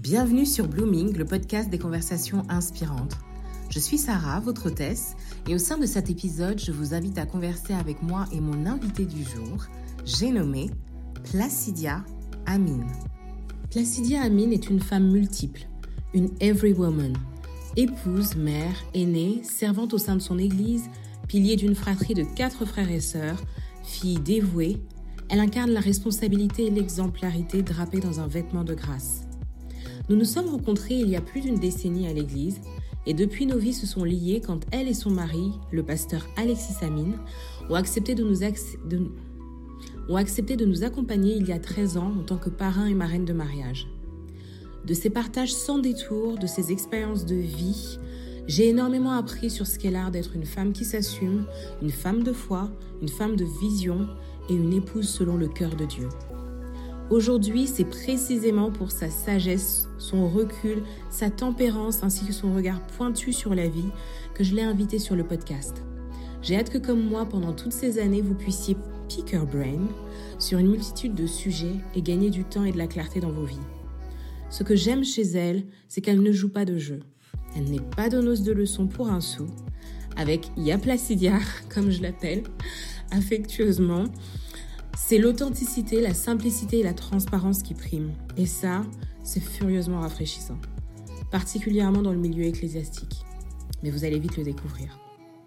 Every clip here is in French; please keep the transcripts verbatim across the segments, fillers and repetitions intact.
Bienvenue sur Blooming, le podcast des conversations inspirantes. Je suis Sarah, votre hôtesse, et au sein de cet épisode, je vous invite à converser avec moi et mon invité du jour, j'ai nommé Placidia Amin. Placidia Amin est une femme multiple, une every woman, épouse, mère, aînée, servante au sein de son église, pilier d'une fratrie de quatre frères et sœurs, fille dévouée. Elle incarne la responsabilité et l'exemplarité drapée dans un vêtement de grâce. Nous nous sommes rencontrés il y a plus d'une décennie à l'église et depuis nos vies se sont liées quand elle et son mari, le pasteur Alexis Amin, ont accepté de nous, ac- de... ont accepté de nous accompagner il y a treize ans en tant que parrain et marraine de mariage. De ces partages sans détour, de ces expériences de vie, j'ai énormément appris sur ce qu'est l'art d'être une femme qui s'assume, une femme de foi, une femme de vision et une épouse selon le cœur de Dieu. Aujourd'hui, c'est précisément pour sa sagesse, son recul, sa tempérance ainsi que son regard pointu sur la vie que je l'ai invitée sur le podcast. J'ai hâte que comme moi, pendant toutes ces années, vous puissiez pick her brain sur une multitude de sujets et gagner du temps et de la clarté dans vos vies. Ce que j'aime chez elle, c'est qu'elle ne joue pas de jeu. Elle n'est pas donneuse de leçons pour un sou, avec Ya Placidia, comme je l'appelle, affectueusement. C'est l'authenticité, la simplicité et la transparence qui priment. Et ça, c'est furieusement rafraîchissant. Particulièrement dans le milieu ecclésiastique. Mais vous allez vite le découvrir.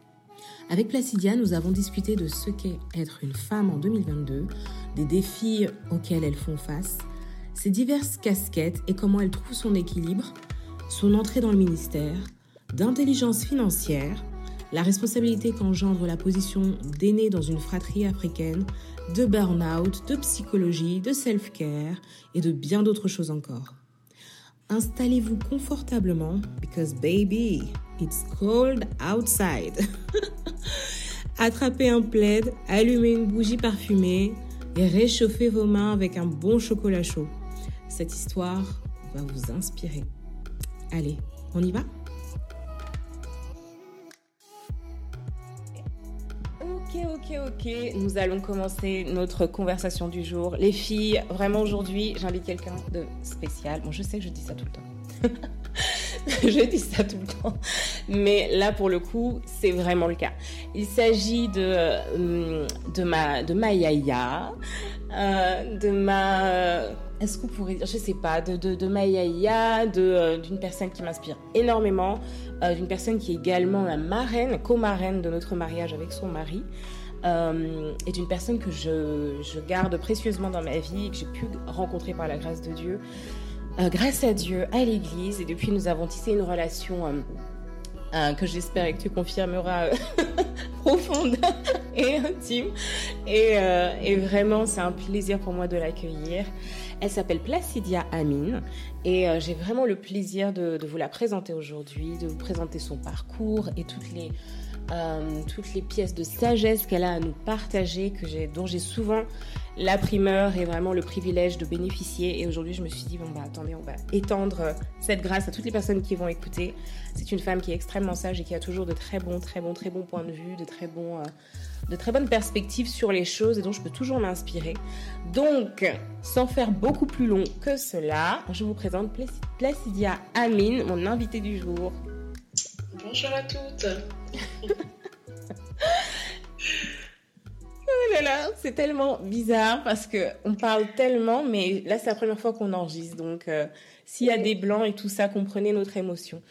Avec Placidia, nous avons discuté de ce qu'est être une femme en deux mille vingt-deux, des défis auxquels elles font face, ses diverses casquettes et comment elle trouve son équilibre, son entrée dans le ministère, d'intelligence financière, la responsabilité qu'engendre la position d'aînée dans une fratrie africaine, de burn-out, de psychologie, de self-care et de bien d'autres choses encore. Installez-vous confortablement, because baby, it's cold outside. Attrapez un plaid, allumez une bougie parfumée et réchauffez vos mains avec un bon chocolat chaud. Cette histoire va vous inspirer. Allez, on y va ? Ok, ok, ok. Nous allons commencer notre conversation du jour. Les filles, vraiment aujourd'hui, j'invite quelqu'un de spécial. Bon, je sais que je dis ça tout le temps. je dis ça tout le temps. Mais là, pour le coup, c'est vraiment le cas. Il s'agit de, de ma, de ma yaya, euh, de ma... Est-ce qu'on pourrait dire, je sais pas, de, de, de ma yaya, de, euh, d'une personne qui m'inspire énormément, euh, d'une personne qui est également la marraine, co-marraine de notre mariage avec son mari, euh, et d'une personne que je, je garde précieusement dans ma vie et que j'ai pu rencontrer par la grâce de Dieu, euh, grâce à Dieu, à l'église. Et depuis, nous avons tissé une relation euh, euh, que j'espère et que tu confirmeras euh, profonde et intime. Et, euh, et vraiment, c'est un plaisir pour moi de l'accueillir. Elle s'appelle Placidia Amin et euh, j'ai vraiment le plaisir de, de vous la présenter aujourd'hui, de vous présenter son parcours et toutes les, euh, toutes les pièces de sagesse qu'elle a à nous partager, que j'ai, dont j'ai souvent la primeur et vraiment le privilège de bénéficier. Et aujourd'hui, je me suis dit, bon bah attendez, on va étendre cette grâce à toutes les personnes qui vont écouter. C'est une femme qui est extrêmement sage et qui a toujours de très bons, très bons, très bons points de vue, de très bons... Euh, de très bonnes perspectives sur les choses et dont je peux toujours m'inspirer. Donc, sans faire beaucoup plus long que cela, je vous présente Placidia Amin, mon invitée du jour. Bonjour à toutes. Oh là là, c'est tellement bizarre parce qu'on parle tellement, mais là c'est la première fois qu'on enregistre, donc euh, s'il y a des blancs et tout ça, comprenez notre émotion.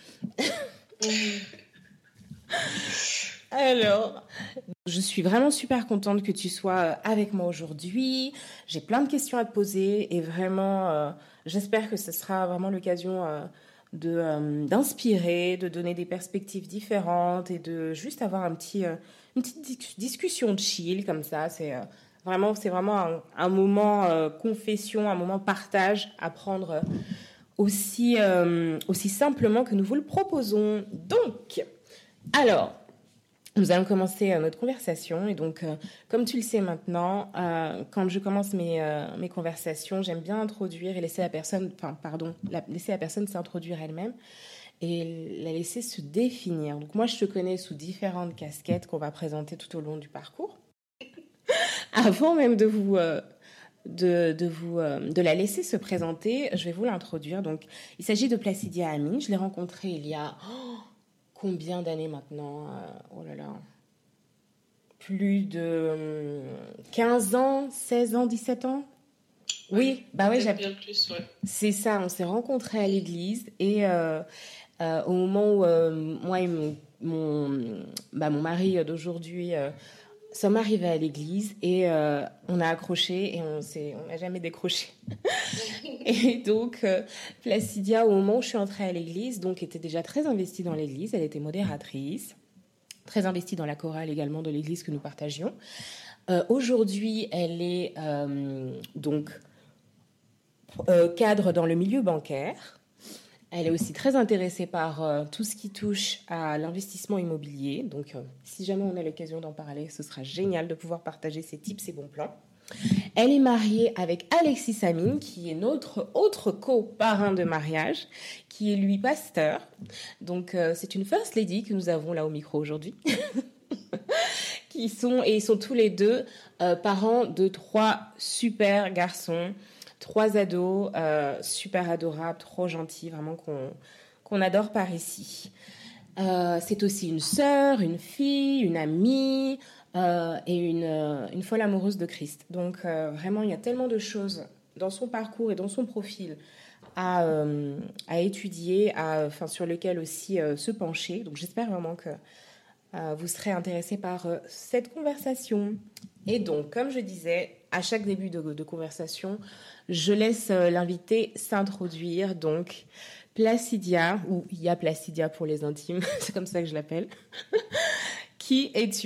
Alors, je suis vraiment super contente que tu sois avec moi aujourd'hui. J'ai plein de questions à te poser et vraiment, euh, j'espère que ce sera vraiment l'occasion euh, de, euh, d'inspirer, de donner des perspectives différentes et de juste avoir un petit, euh, une petite discussion chill comme ça. C'est euh, vraiment, c'est vraiment un, un moment euh, confession, un moment partage à prendre euh, aussi, euh, aussi simplement que nous vous le proposons. Donc, alors... Nous allons commencer euh, notre conversation et donc, euh, comme tu le sais maintenant, euh, quand je commence mes, euh, mes conversations, j'aime bien introduire et laisser la personne, enfin, pardon, la, laisser la personne s'introduire elle-même et la laisser se définir. Donc, moi, je te connais sous différentes casquettes qu'on va présenter tout au long du parcours. Avant même de vous, euh, de, de, vous, euh, de la laisser se présenter, je vais vous l'introduire. Donc, il s'agit de Placidia Amine. Je l'ai rencontrée il y a oh, combien d'années maintenant euh, Oh là là. Plus de quinze ans, seize ans, dix-sept ans. Ouais, oui, bah ouais, j'ai... bien plus, ouais. C'est ça, on s'est rencontrés à l'église et euh, euh, au moment où euh, moi et mon, mon, bah, mon mari d'aujourd'hui euh, sommes arrivés à l'église et euh, on a accroché et on s'est, on n'a jamais décroché. Et donc, euh, Placidia, au moment où je suis entrée à l'église, donc était déjà très investie dans l'église, elle était modératrice, très investie dans la chorale également de l'église que nous partagions. Euh, aujourd'hui, elle est euh, donc euh, cadre dans le milieu bancaire. Elle est aussi très intéressée par euh, tout ce qui touche à l'investissement immobilier. Donc, euh, si jamais on a l'occasion d'en parler, ce sera génial de pouvoir partager ses tips et bons plans. Elle est mariée avec Alexis Amine, qui est notre autre co-parrain de mariage, qui est lui pasteur. Donc, euh, c'est une first lady que nous avons là au micro aujourd'hui. qui sont, et ils sont tous les deux euh, parents de trois super garçons, trois ados, euh, super adorables, trop gentils, vraiment qu'on, qu'on adore par ici. Euh, c'est aussi une sœur, une fille, une amie euh, et une, euh, une folle amoureuse de Christ. Donc euh, vraiment, il y a tellement de choses dans son parcours et dans son profil à, euh, à étudier, à, enfin, sur lesquelles aussi euh, se pencher. Donc j'espère vraiment que euh, vous serez intéressés par euh, cette conversation. Et donc, comme je disais, à chaque début de, de conversation, je laisse euh, l'invité s'introduire. Donc, Placidia, ou il y a Placidia pour les intimes, c'est comme ça que je l'appelle. Qui es-tu ?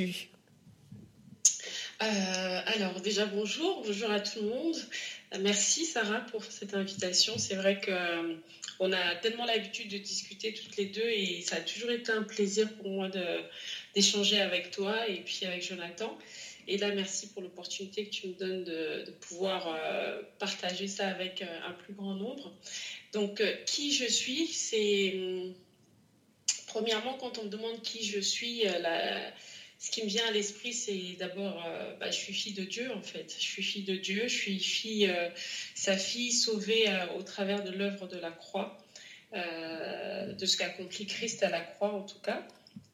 euh, Alors, déjà, bonjour. Bonjour à tout le monde. Merci, Sarah, pour cette invitation. C'est vrai qu'on a tellement l'habitude de discuter toutes les deux et ça a toujours été un plaisir pour moi de, d'échanger avec toi et puis avec Jonathan. Et là, merci pour l'opportunité que tu me donnes de, de pouvoir euh, partager ça avec euh, un plus grand nombre. Donc, euh, qui je suis, c'est... Euh, premièrement, quand on me demande qui je suis, euh, la, ce qui me vient à l'esprit, c'est d'abord, euh, bah, je suis fille de Dieu, en fait. Je suis fille de Dieu, je suis fille, euh, sa fille sauvée euh, au travers de l'œuvre de la croix, euh, de ce qu'accomplit Christ à la croix, en tout cas.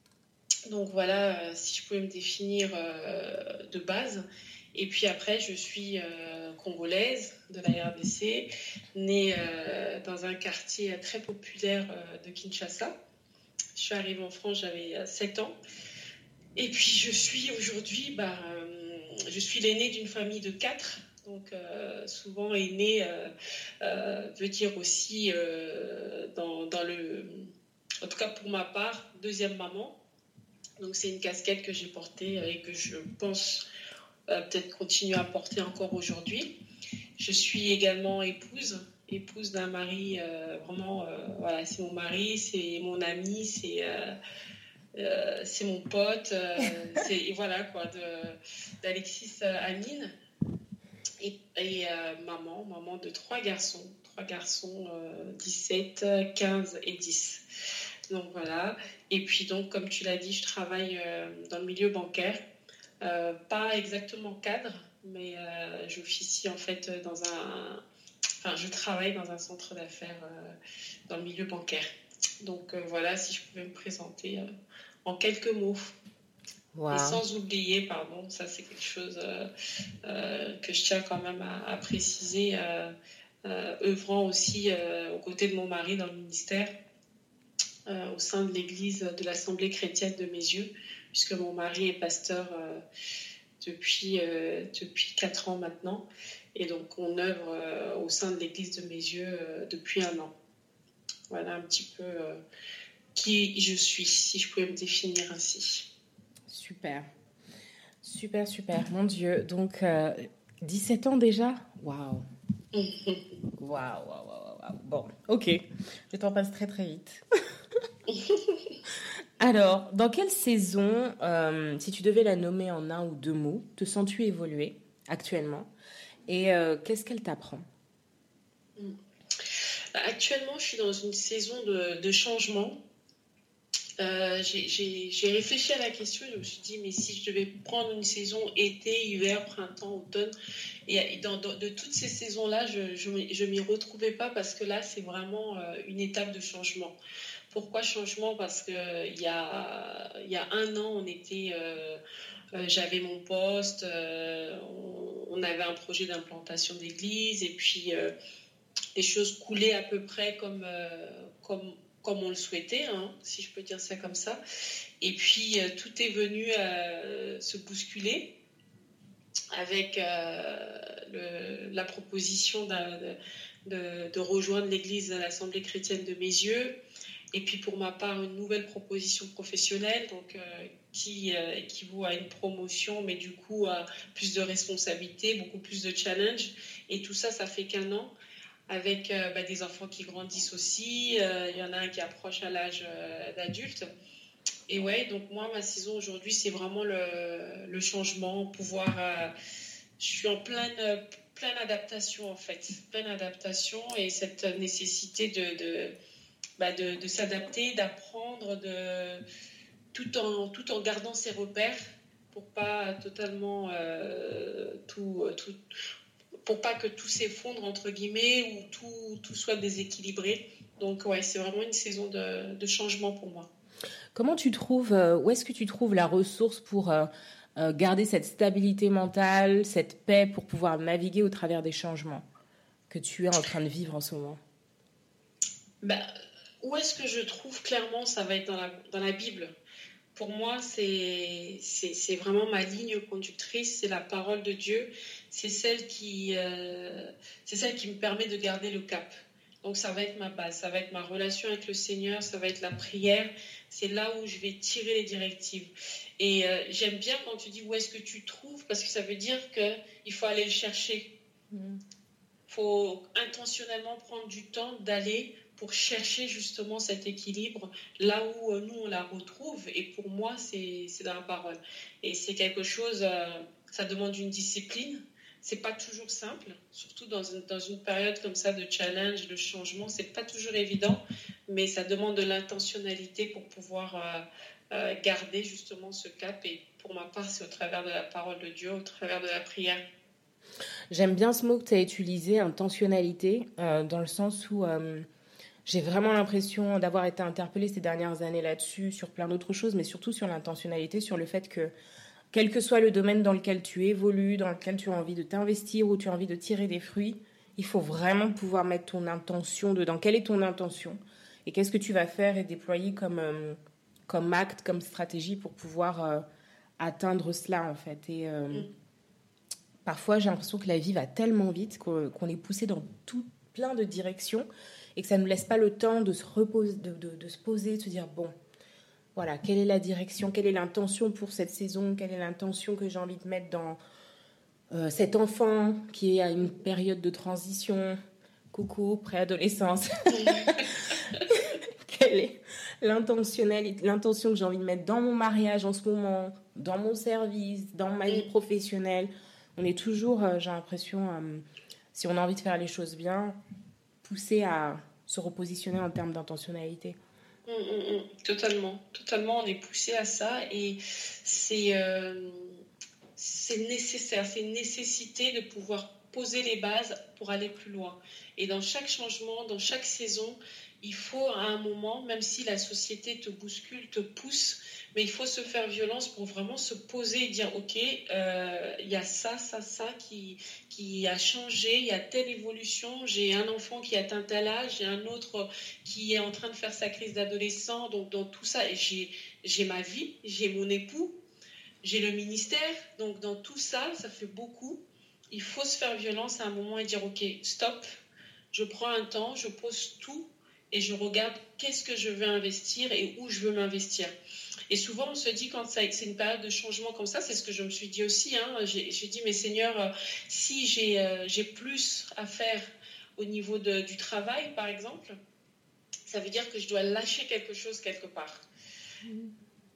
Donc voilà, euh, si je pouvais me définir euh, de base. Et puis après, je suis euh, congolaise de la R D C, née euh, dans un quartier très populaire euh, de Kinshasa. Je suis arrivée en France, j'avais sept ans. Et puis je suis aujourd'hui, bah, euh, je suis l'aînée d'une famille de quatre. Donc euh, souvent aînée euh, euh, veut dire aussi, euh, dans, dans le, en tout cas pour ma part, deuxième maman. Donc c'est une casquette que j'ai portée et que je pense euh, peut-être continuer à porter encore aujourd'hui. Je suis également épouse, épouse d'un mari, euh, vraiment, euh, voilà, c'est mon mari, c'est mon ami, c'est, euh, euh, c'est mon pote, euh, c'est, et voilà quoi, de, d'Alexis Amine. Et, et euh, maman, maman de trois garçons, trois garçons, euh, dix-sept, quinze et dix. Donc voilà. Et puis donc, comme tu l'as dit, je travaille euh, dans le milieu bancaire. Euh, pas exactement cadre, mais euh, j'officie en fait dans un... Enfin, je travaille dans un centre d'affaires euh, dans le milieu bancaire. Donc euh, voilà, si je pouvais me présenter euh, en quelques mots. Wow. Et sans oublier, pardon, ça c'est quelque chose euh, euh, que je tiens quand même à, à préciser, euh, euh, œuvrant aussi euh, aux côtés de mon mari dans le ministère, euh, au sein de l'église de l'Assemblée chrétienne de Meyzieux, puisque mon mari est pasteur euh, depuis, euh, depuis quatre ans maintenant. Et donc, on œuvre euh, au sein de l'église de Meyzieux euh, depuis un an. Voilà un petit peu euh, qui je suis, si je pouvais me définir ainsi. Super. Super, super. Mon Dieu. Donc, euh, dix-sept ans déjà ? Waouh. Waouh, waouh, waouh, waouh. Bon, ok. Le temps passe très, très vite. Alors, dans quelle saison, euh, si tu devais la nommer en un ou deux mots, te sens-tu évoluer actuellement ? Et euh, qu'est-ce qu'elle t'apprend ? Actuellement, je suis dans une saison de, de changement. Euh, j'ai, j'ai, j'ai réfléchi à la question et je me suis dit, mais si je devais prendre une saison été, hiver, printemps, automne, et dans, dans de toutes ces saisons-là, je je, m'y- je m'y retrouvais pas parce que là, c'est vraiment euh, une étape de changement. Pourquoi changement? Parce que euh, il y a, il y a un an, on était, euh, euh, j'avais mon poste, euh, on, on avait un projet d'implantation d'église et puis euh, les choses coulaient à peu près comme, euh, comme, comme on le souhaitait, hein, si je peux dire ça comme ça. Et puis euh, tout est venu euh, se bousculer avec euh, le- la proposition d'un- de, de- de rejoindre l'église à l'Assemblée chrétienne de Mézieux. Et puis pour ma part, une nouvelle proposition professionnelle donc, euh, qui euh, équivaut à une promotion, mais du coup à plus de responsabilités, beaucoup plus de challenges. Et tout ça, ça fait qu'un an avec euh, bah, des enfants qui grandissent aussi. Euh, Il y en a un qui approche à l'âge euh, d'adulte. Et ouais, donc moi, ma saison aujourd'hui, c'est vraiment le, le changement, pouvoir... euh, je suis en pleine, euh, pleine adaptation, en fait. Pleine adaptation et cette nécessité de, de, bah, de, de s'adapter, d'apprendre, de, tout, en, tout en gardant ses repères pour pas totalement euh, tout... tout pour pas que tout s'effondre entre guillemets ou tout, tout soit déséquilibré. Donc ouais, c'est vraiment une saison de, de changement pour moi. Comment tu trouves, euh, où est-ce que tu trouves la ressource pour euh, euh, garder cette stabilité mentale, cette paix pour pouvoir naviguer au travers des changements que tu es en train de vivre en ce moment? Bah, où est-ce que je trouve clairement ça va être dans la, dans la Bible. Pour moi, c'est, c'est, c'est vraiment ma ligne conductrice, c'est la parole de Dieu, c'est celle qui, euh, c'est celle qui me permet de garder le cap. Donc ça va être ma base, ça va être ma relation avec le Seigneur, ça va être la prière, c'est là où je vais tirer les directives. Et euh, j'aime bien quand tu dis où est-ce que tu trouves, parce que ça veut dire qu'il faut aller le chercher. Mm. Faut intentionnellement prendre du temps d'aller pour chercher justement cet équilibre là où euh, nous on la retrouve et pour moi c'est, c'est dans la parole et c'est quelque chose euh, ça demande une discipline, c'est pas toujours simple, surtout dans une, dans une période comme ça de challenge, de changement, c'est pas toujours évident, mais ça demande de l'intentionnalité pour pouvoir euh, euh, garder justement ce cap et pour ma part c'est au travers de la parole de Dieu, au travers de la prière. J'aime bien ce mot que tu as utilisé, intentionnalité, euh, dans le sens où euh, j'ai vraiment l'impression d'avoir été interpellée ces dernières années là-dessus, sur plein d'autres choses, mais surtout sur l'intentionnalité, sur le fait que, quel que soit le domaine dans lequel tu évolues, dans lequel tu as envie de t'investir ou tu as envie de tirer des fruits, il faut vraiment pouvoir mettre ton intention dedans. Quelle est ton intention? Et qu'est-ce que tu vas faire et déployer comme, euh, comme acte, comme stratégie pour pouvoir euh, atteindre cela, en fait. Et euh, Mm. parfois, j'ai l'impression que la vie va tellement vite qu'on, qu'on est poussé dans tout plein de directions et que ça ne nous laisse pas le temps de se reposer, de, de, de se poser, de se dire, bon, voilà, quelle est la direction, quelle est l'intention pour cette saison, quelle est l'intention que j'ai envie de mettre dans euh, cet enfant qui est à une période de transition, coucou, préadolescence. Quelle est l'intentionnalité, l'intention que j'ai envie de mettre dans mon mariage en ce moment, dans mon service, dans ma vie professionnelle. On est toujours, euh, j'ai l'impression, euh, si on a envie de faire les choses bien, poussé à se repositionner en termes d'intentionnalité. Mm, mm, mm. Totalement, totalement, on est poussé à ça et c'est euh, c'est nécessaire, c'est une nécessité de pouvoir poser les bases pour aller plus loin. Et dans chaque changement, dans chaque saison, il faut à un moment, même si la société te bouscule, te pousse, mais il faut se faire violence pour vraiment se poser et dire, ok, euh, il y a ça, ça, ça qui, qui a changé, il y a telle évolution, j'ai un enfant qui atteint tel âge, j'ai un autre qui est en train de faire sa crise d'adolescent, donc dans tout ça, j'ai, j'ai ma vie, j'ai mon époux, j'ai le ministère, donc dans tout ça, ça fait beaucoup. Il faut se faire violence à un moment et dire, ok, stop, je prends un temps, je pose tout et je regarde qu'est-ce que je veux investir et où je veux m'investir. Et souvent, on se dit, quand ça, c'est une période de changement comme ça, c'est ce que je me suis dit aussi, hein, j'ai, j'ai dit, mais Seigneur, si j'ai, euh, j'ai plus à faire au niveau de, du travail, par exemple, ça veut dire que je dois lâcher quelque chose quelque part. Mmh.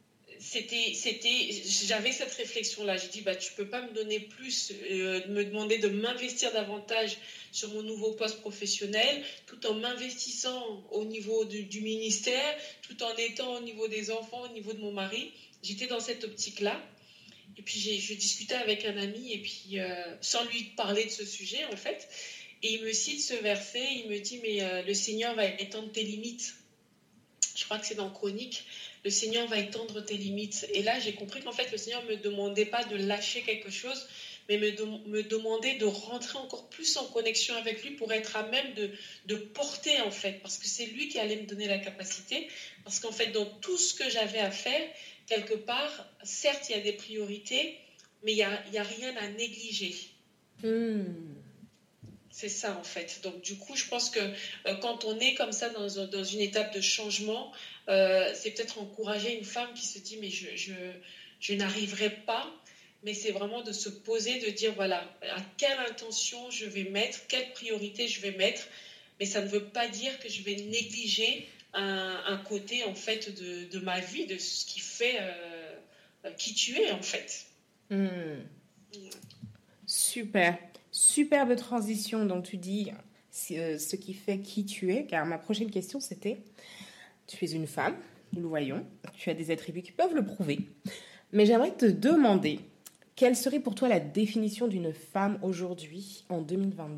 c'était, c'était, j'avais cette réflexion-là. J'ai dit, bah, tu peux pas me donner plus, euh, me demander de m'investir davantage sur mon nouveau poste professionnel, tout en m'investissant au niveau du, du ministère, tout en étant au niveau des enfants, au niveau de mon mari. J'étais dans cette optique-là. Et puis, j'ai, je discutais avec un ami, et puis, euh, sans lui parler de ce sujet, en fait. Et il me cite ce verset, il me dit, mais euh, le Seigneur va étendre tes limites. Je crois que c'est dans Chronique. Le Seigneur va étendre tes limites. Et là, j'ai compris qu'en fait, le Seigneur ne me demandait pas de lâcher quelque chose, mais me, de, me demandait de rentrer encore plus en connexion avec lui pour être à même de, de porter, en fait. Parce que c'est lui qui allait me donner la capacité. Parce qu'en fait, dans tout ce que j'avais à faire, quelque part, certes, il y a des priorités, mais il n'y a, il y a rien à négliger. Mmh. C'est ça, en fait. Donc, du coup, je pense que euh, quand on est comme ça dans, dans une étape de changement, euh, c'est peut-être encourager une femme qui se dit « mais je, je, je n'arriverai pas ». Mais c'est vraiment de se poser, de dire « voilà, à quelle intention je vais mettre, quelle priorité je vais mettre ». Mais ça ne veut pas dire que je vais négliger un, un côté, en fait, de, de ma vie, de ce qui fait euh, qui tu es, en fait. Mmh. Ouais. Super. Superbe transition, donc tu dis euh, ce qui fait qui tu es, car ma prochaine question c'était, tu es une femme, nous le voyons, tu as des attributs qui peuvent le prouver, mais j'aimerais te demander, quelle serait pour toi la définition d'une femme aujourd'hui, en deux mille vingt-deux ?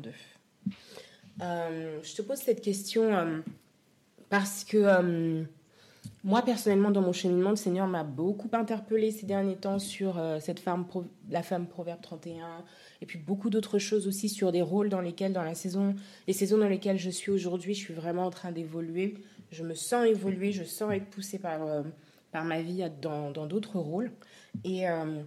euh, Je te pose cette question euh, parce que euh, moi personnellement dans mon cheminement, le Seigneur m'a beaucoup interpellée ces derniers temps sur euh, cette femme, la femme Proverbe trente et un, et puis beaucoup d'autres choses aussi sur des rôles dans lesquels, dans la saison, les saisons dans lesquelles je suis aujourd'hui, je suis vraiment en train d'évoluer. Je me sens évoluer, je sens être poussée par, euh, par ma vie dans, dans d'autres rôles. Et euh,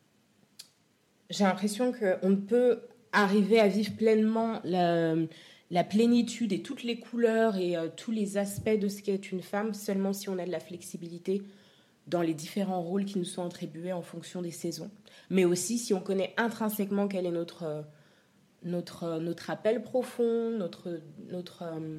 j'ai l'impression qu'on ne peut arriver à vivre pleinement la, la plénitude et toutes les couleurs et euh, tous les aspects de ce qu'est une femme seulement si on a de la flexibilité dans les différents rôles qui nous sont attribués en fonction des saisons. Mais aussi si on connaît intrinsèquement quel est notre, notre, notre appel profond, notre, notre, euh,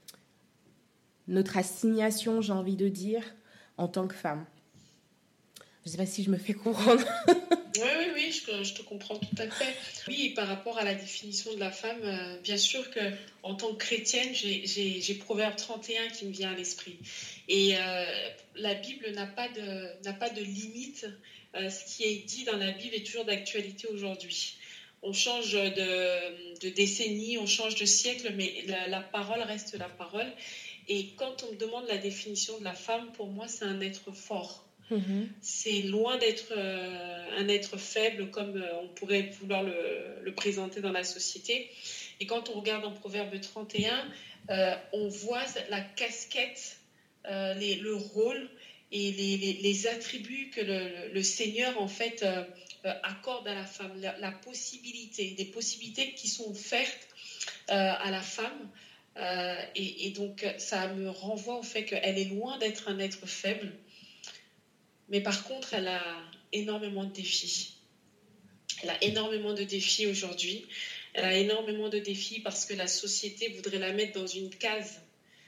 notre assignation, j'ai envie de dire, en tant que femme. Je ne sais pas si je me fais comprendre. Oui, oui, oui, je, je te comprends tout à fait. Oui, et par rapport à la définition de la femme, euh, bien sûr qu'en tant que chrétienne, j'ai, j'ai, j'ai Proverbe trente et un qui me vient à l'esprit. Et euh, la Bible n'a pas de, n'a pas de limite. Euh, ce qui est dit dans la Bible est toujours d'actualité aujourd'hui. On change de, de décennie, on change de siècle, mais la, la parole reste la parole. Et quand on me demande la définition de la femme, pour moi, c'est un être fort. Mmh. C'est loin d'être euh, un être faible comme euh, on pourrait vouloir le, le présenter dans la société. Et quand on regarde en Proverbe trente et un, euh, on voit la casquette, euh, les, le rôle et les, les, les attributs que le, le, le Seigneur en fait euh, accorde à la femme, la, la possibilité, des possibilités qui sont offertes euh, à la femme. Euh, et, et donc ça me renvoie au fait qu'elle est loin d'être un être faible. Mais par contre, elle a énormément de défis. Elle a énormément de défis aujourd'hui. Elle a énormément de défis parce que la société voudrait la mettre dans une case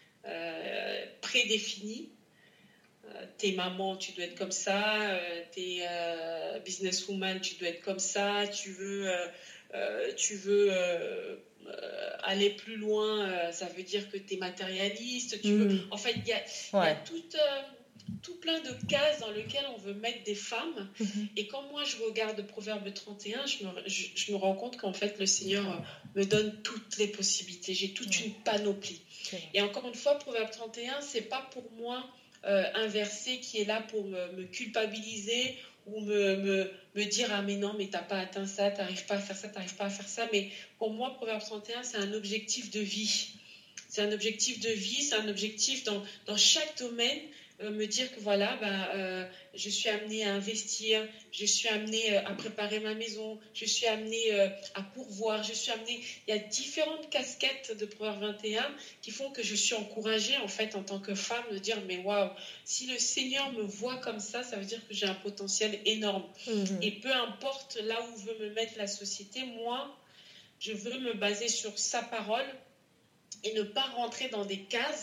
euh, prédéfinie. Euh, t'es maman, tu dois être comme ça. Euh, t'es euh, businesswoman, tu dois être comme ça. Tu veux, euh, euh, tu veux euh, euh, aller plus loin, euh, ça veut dire que t'es matérialiste. Tu mmh. veux... En fait, il y a, ouais. y a toute... Euh, tout plein de cases dans lesquelles on veut mettre des femmes. Mmh. Et quand moi, je regarde Proverbe trente et un, je me, je, je me rends compte qu'en fait, le Seigneur me donne toutes les possibilités. J'ai toute ouais. une panoplie. Okay. Et encore une fois, Proverbe trente et un, c'est pas pour moi euh, un verset qui est là pour me, me culpabiliser ou me, me, me dire « Ah, mais non, mais t'as pas atteint ça, t'arrives pas à faire ça, t'arrives pas à faire ça. » Mais pour moi, Proverbe trente et un, c'est un objectif de vie. C'est un objectif de vie, c'est un objectif dans, dans chaque domaine. Euh, me dire que voilà, bah, euh, je suis amenée à investir, je suis amenée euh, à préparer ma maison, je suis amenée euh, à pourvoir, je suis amenée... Il y a différentes casquettes de Proverbe vingt et un qui font que je suis encouragée en fait en tant que femme de dire mais waouh, si le Seigneur me voit comme ça, ça veut dire que j'ai un potentiel énorme. Mm-hmm. Et peu importe là où veut me mettre la société, moi, je veux me baser sur sa parole et ne pas rentrer dans des cases,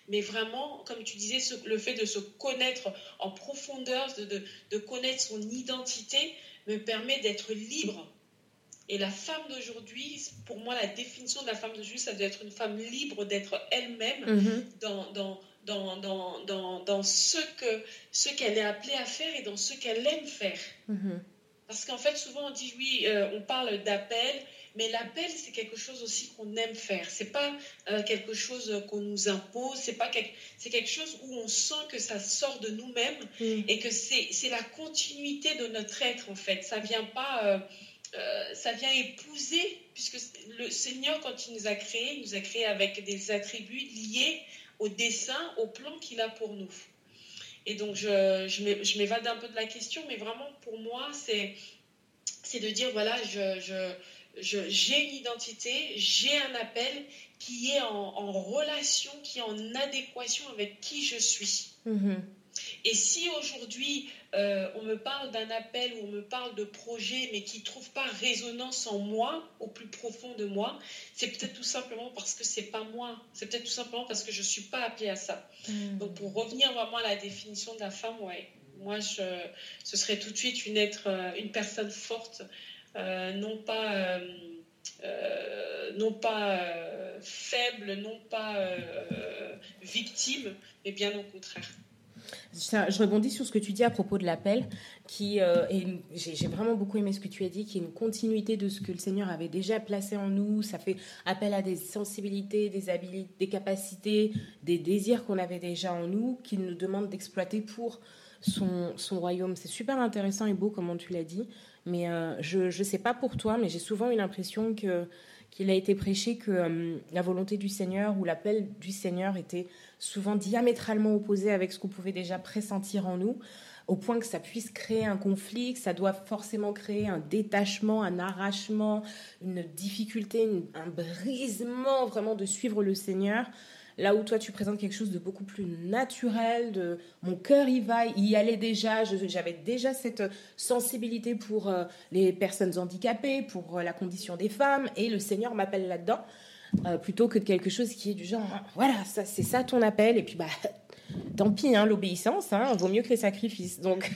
mais vraiment, comme tu disais, ce, le fait de se connaître en profondeur, de, de, de connaître son identité, me permet d'être libre. Et la femme d'aujourd'hui, pour moi, la définition de la femme d'aujourd'hui, ça doit être une femme libre d'être elle-même mm-hmm. dans, dans, dans, dans, dans, dans ce, que, ce qu'elle est appelée à faire et dans ce qu'elle aime faire. Mm-hmm. Parce qu'en fait, souvent, on dit, oui, euh, on parle d'appel, mais l'appel, c'est quelque chose aussi qu'on aime faire. C'est pas euh, quelque chose qu'on nous impose, c'est, pas quelque, c'est quelque chose où on sent que ça sort de nous-mêmes mm. et que c'est, c'est la continuité de notre être, en fait. Ça vient pas... Euh, Euh, ça vient épouser, puisque le Seigneur, quand il nous a créés, il nous a créés avec des attributs liés au dessein, au plan qu'il a pour nous. Et donc, je, je m'évade un peu de la question, mais vraiment, pour moi, c'est, c'est de dire, voilà, je, je, je, j'ai une identité, j'ai un appel qui est en, en relation, qui est en adéquation avec qui je suis. Mm-hmm. Et si aujourd'hui, euh, on me parle d'un appel ou on me parle de projet, mais qui ne trouve pas résonance en moi, au plus profond de moi, c'est peut-être tout simplement parce que ce n'est pas moi. C'est peut-être tout simplement parce que je ne suis pas appelée à ça. Mmh. Donc, pour revenir vraiment à la définition de la femme, ouais, moi, je, ce serait tout de suite une, être, une personne forte, euh, non pas... Euh, Euh, non pas euh, faible, non pas euh, victime, mais bien au contraire. Je rebondis sur ce que tu dis à propos de l'appel, qui euh, est une, j'ai, j'ai vraiment beaucoup aimé ce que tu as dit, qui est une continuité de ce que le Seigneur avait déjà placé en nous. Ça fait appel à des sensibilités, des habilités, des capacités, des désirs qu'on avait déjà en nous, qu'il nous demande d'exploiter pour son, son royaume. C'est super intéressant et beau, comme tu l'as dit. Mais euh, je ne sais pas pour toi, mais j'ai souvent eu l'impression que, qu'il a été prêché que euh, la volonté du Seigneur ou l'appel du Seigneur était souvent diamétralement opposé avec ce qu'on pouvait déjà pressentir en nous, au point que ça puisse créer un conflit, que ça doit forcément créer un détachement, un arrachement, une difficulté, une, un brisement vraiment de suivre le Seigneur. Là où toi, tu présentes quelque chose de beaucoup plus naturel, de mon cœur y va, y allait déjà, je, j'avais déjà cette sensibilité pour euh, les personnes handicapées, pour euh, la condition des femmes, et le Seigneur m'appelle là-dedans, euh, plutôt que de quelque chose qui est du genre, hein, voilà, ça, c'est ça ton appel, et puis bah, tant pis, hein, l'obéissance, hein, vaut mieux que les sacrifices, donc...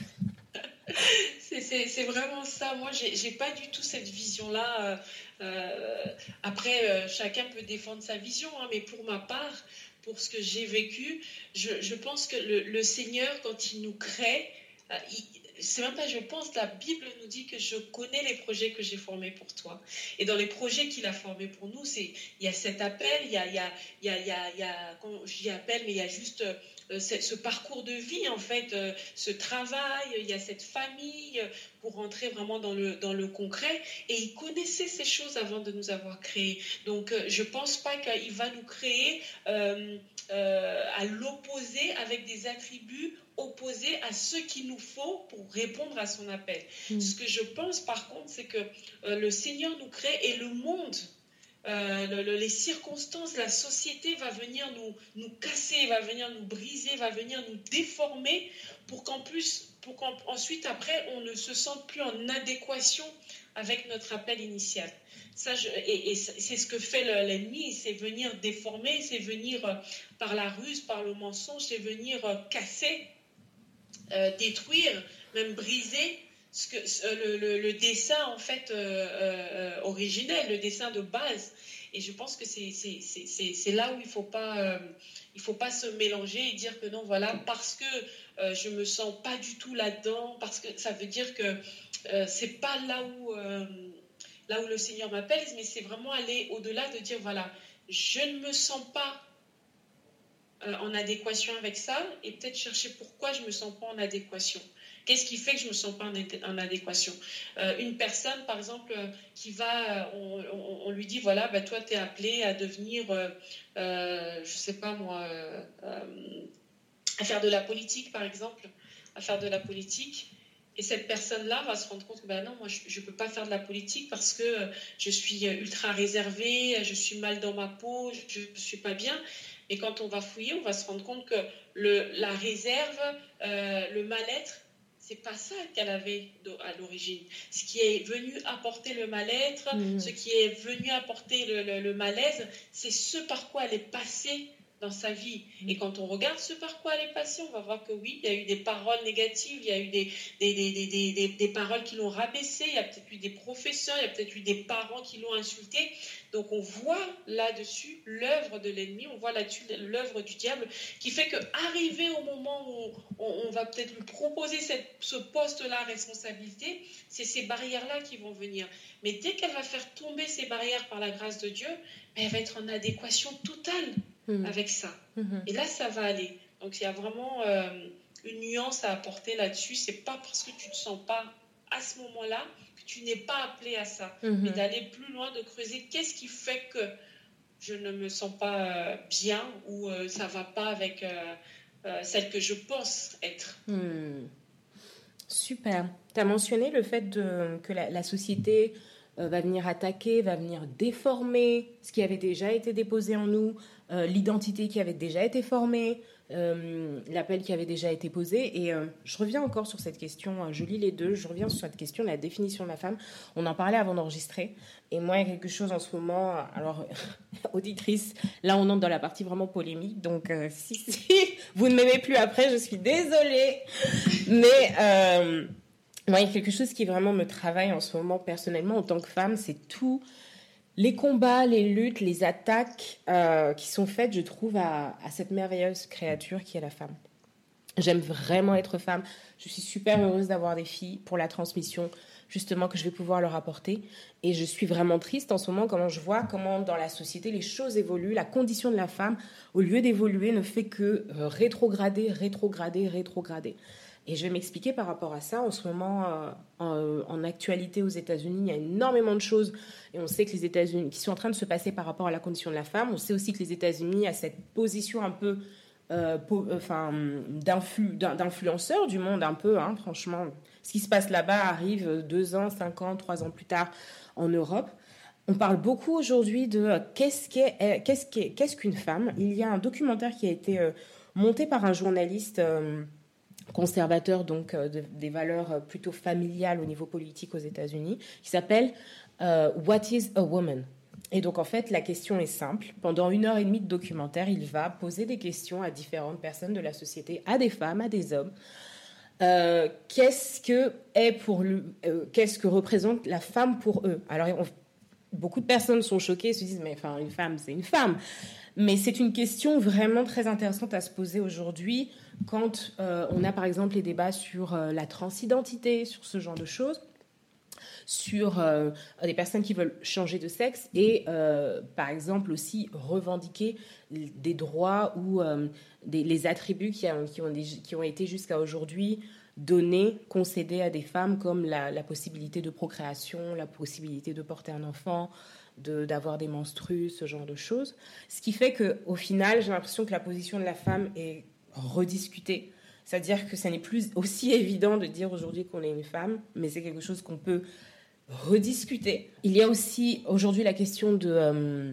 C'est, c'est, c'est vraiment ça. Moi, j'ai, j'ai pas du tout cette vision-là. Euh, après, euh, chacun peut défendre sa vision, hein, mais pour ma part, pour ce que j'ai vécu, je, je pense que le, le Seigneur, quand il nous crée, euh, il, c'est même pas je pense, la Bible nous dit que je connais les projets que j'ai formés pour toi. Et dans les projets qu'il a formés pour nous, c'est, il y a cet appel, il y a, il y a, il y a, il y a, il y a quand je dis appel, mais il y a juste euh, ce, ce parcours de vie, en fait, euh, ce travail, il y a cette famille, euh, pour rentrer vraiment dans le, dans le concret. Et il connaissait ces choses avant de nous avoir créés. Donc, euh, je pense pas qu'il va nous créer euh, euh, à l'opposé avec des attributs opposés à ce qu'il nous faut pour répondre à son appel. Mmh. Ce que je pense par contre, c'est que euh, le Seigneur nous crée et le monde, euh, le, le, les circonstances, la société va venir nous, nous casser, va venir nous briser, va venir nous déformer pour qu'en plus, pour qu'ensuite après, on ne se sente plus en adéquation avec notre appel initial. Ça, je, et, et c'est ce que fait l'ennemi, c'est venir déformer, c'est venir euh, par la ruse, par le mensonge, c'est venir euh, casser, euh, détruire, même briser ce que, euh, le, le, le dessein en fait euh, euh, originel, le dessein de base. Et je pense que c'est, c'est, c'est, c'est, c'est là où il ne faut pas, euh, il faut pas se mélanger et dire que non, voilà, parce que euh, je ne me sens pas du tout là-dedans, parce que ça veut dire que euh, ce n'est pas là où... Euh, là où le Seigneur m'appelle, mais c'est vraiment aller au-delà de dire, voilà, je ne me sens pas euh, en adéquation avec ça, et peut-être chercher pourquoi je ne me sens pas en adéquation. Qu'est-ce qui fait que je ne me sens pas en, en adéquation euh, Une personne, par exemple, euh, qui va, on, on, on lui dit, voilà, bah, toi, tu es appelé à devenir, euh, euh, je ne sais pas moi, euh, euh, à faire de la politique, par exemple, à faire de la politique. Et cette personne-là va se rendre compte que ben non, moi, je ne peux pas faire de la politique parce que je suis ultra réservée, je suis mal dans ma peau, je ne suis pas bien. Et quand on va fouiller, on va se rendre compte que le, la réserve, euh, le mal-être, ce n'est pas ça qu'elle avait à l'origine. Ce qui est venu apporter le mal-être, mmh. ce qui est venu apporter le, le, le malaise, c'est ce par quoi elle est passée dans sa vie. Et quand on regarde ce par quoi elle est passée, on va voir que oui, il y a eu des paroles négatives, il y a eu des, des, des, des, des, des, des paroles qui l'ont rabaissée, il y a peut-être eu des professeurs, il y a peut-être eu des parents qui l'ont insultée. Donc on voit là-dessus l'œuvre de l'ennemi, on voit là-dessus l'œuvre du diable, qui fait qu'arrivé au moment où on, on va peut-être lui proposer cette, ce poste-là à responsabilité, c'est ces barrières-là qui vont venir. Mais dès qu'elle va faire tomber ces barrières par la grâce de Dieu, elle va être en adéquation totale mmh. avec ça. Mmh. Et là, ça va aller. Donc, il y a vraiment euh, une nuance à apporter là-dessus. C'est pas parce que tu ne te sens pas à ce moment-là que tu n'es pas appelé à ça. Mmh. Mais d'aller plus loin, de creuser qu'est-ce qui fait que je ne me sens pas euh, bien ou euh, ça ne va pas avec euh, euh, celle que je pense être. Mmh. Super. Tu as mentionné le fait de, que la, la société euh, va venir attaquer, va venir déformer ce qui avait déjà été déposé en nous, euh, l'identité qui avait déjà été formée, euh, l'appel qui avait déjà été posé. Et euh, je reviens encore sur cette question, je lis les deux, je reviens sur cette question de la définition de la femme. On en parlait avant d'enregistrer. Et moi, il y a quelque chose en ce moment, alors, auditrice, là on entre dans la partie vraiment polémique, donc euh, si, si vous ne m'aimez plus après, je suis désolée. Mais euh, moi, il y a quelque chose qui vraiment me travaille en ce moment personnellement en tant que femme, c'est tous les combats, les luttes, les attaques euh, qui sont faites, je trouve, à, à cette merveilleuse créature qui est la femme. J'aime vraiment être femme. Je suis super heureuse d'avoir des filles pour la transmission, justement, que je vais pouvoir leur apporter. Et je suis vraiment triste en ce moment, comment je vois comment dans la société les choses évoluent. La condition de la femme, au lieu d'évoluer, ne fait que euh, rétrograder, rétrograder, rétrograder. Et je vais m'expliquer par rapport à ça. En ce moment, euh, en, en actualité aux États-Unis, il y a énormément de choses. Et on sait que les États-Unis, qui sont en train de se passer par rapport à la condition de la femme. On sait aussi que les États-Unis, à cette position un peu... Euh, po, enfin, d'influ, d'influenceurs du monde un peu, hein, franchement. Ce qui se passe là-bas arrive deux ans, cinq ans, trois ans plus tard en Europe. On parle beaucoup aujourd'hui de euh, qu'est-ce, qu'est, qu'est-ce, qu'est, qu'est-ce qu'une femme. Il y a un documentaire qui a été euh, monté par un journaliste euh, conservateur, donc euh, de, des valeurs plutôt familiales au niveau politique aux États-Unis, qui s'appelle euh, « What is a woman ?» Et donc, en fait, la question est simple. Pendant une heure et demie de documentaire, il va poser des questions à différentes personnes de la société, à des femmes, à des hommes. Euh, qu'est-ce que est pour lui, euh, qu'est-ce que représente la femme pour eux? Alors, on, beaucoup de personnes sont choquées, se disent, mais enfin, une femme, c'est une femme. Mais c'est une question vraiment très intéressante à se poser aujourd'hui quand euh, on a, par exemple, les débats sur euh, la transidentité, sur ce genre de choses, sur euh, des personnes qui veulent changer de sexe et, euh, par exemple, aussi revendiquer des droits ou euh, des, les attributs qui, a, qui, ont des, qui ont été jusqu'à aujourd'hui donnés, concédés à des femmes, comme la, la possibilité de procréation, la possibilité de porter un enfant, de, d'avoir des menstrues, ce genre de choses. Ce qui fait qu'au final, j'ai l'impression que la position de la femme est rediscutée. C'est-à-dire que ça n'est plus aussi évident de dire aujourd'hui qu'on est une femme, mais c'est quelque chose qu'on peut rediscuter. Il y a aussi aujourd'hui la question de, euh,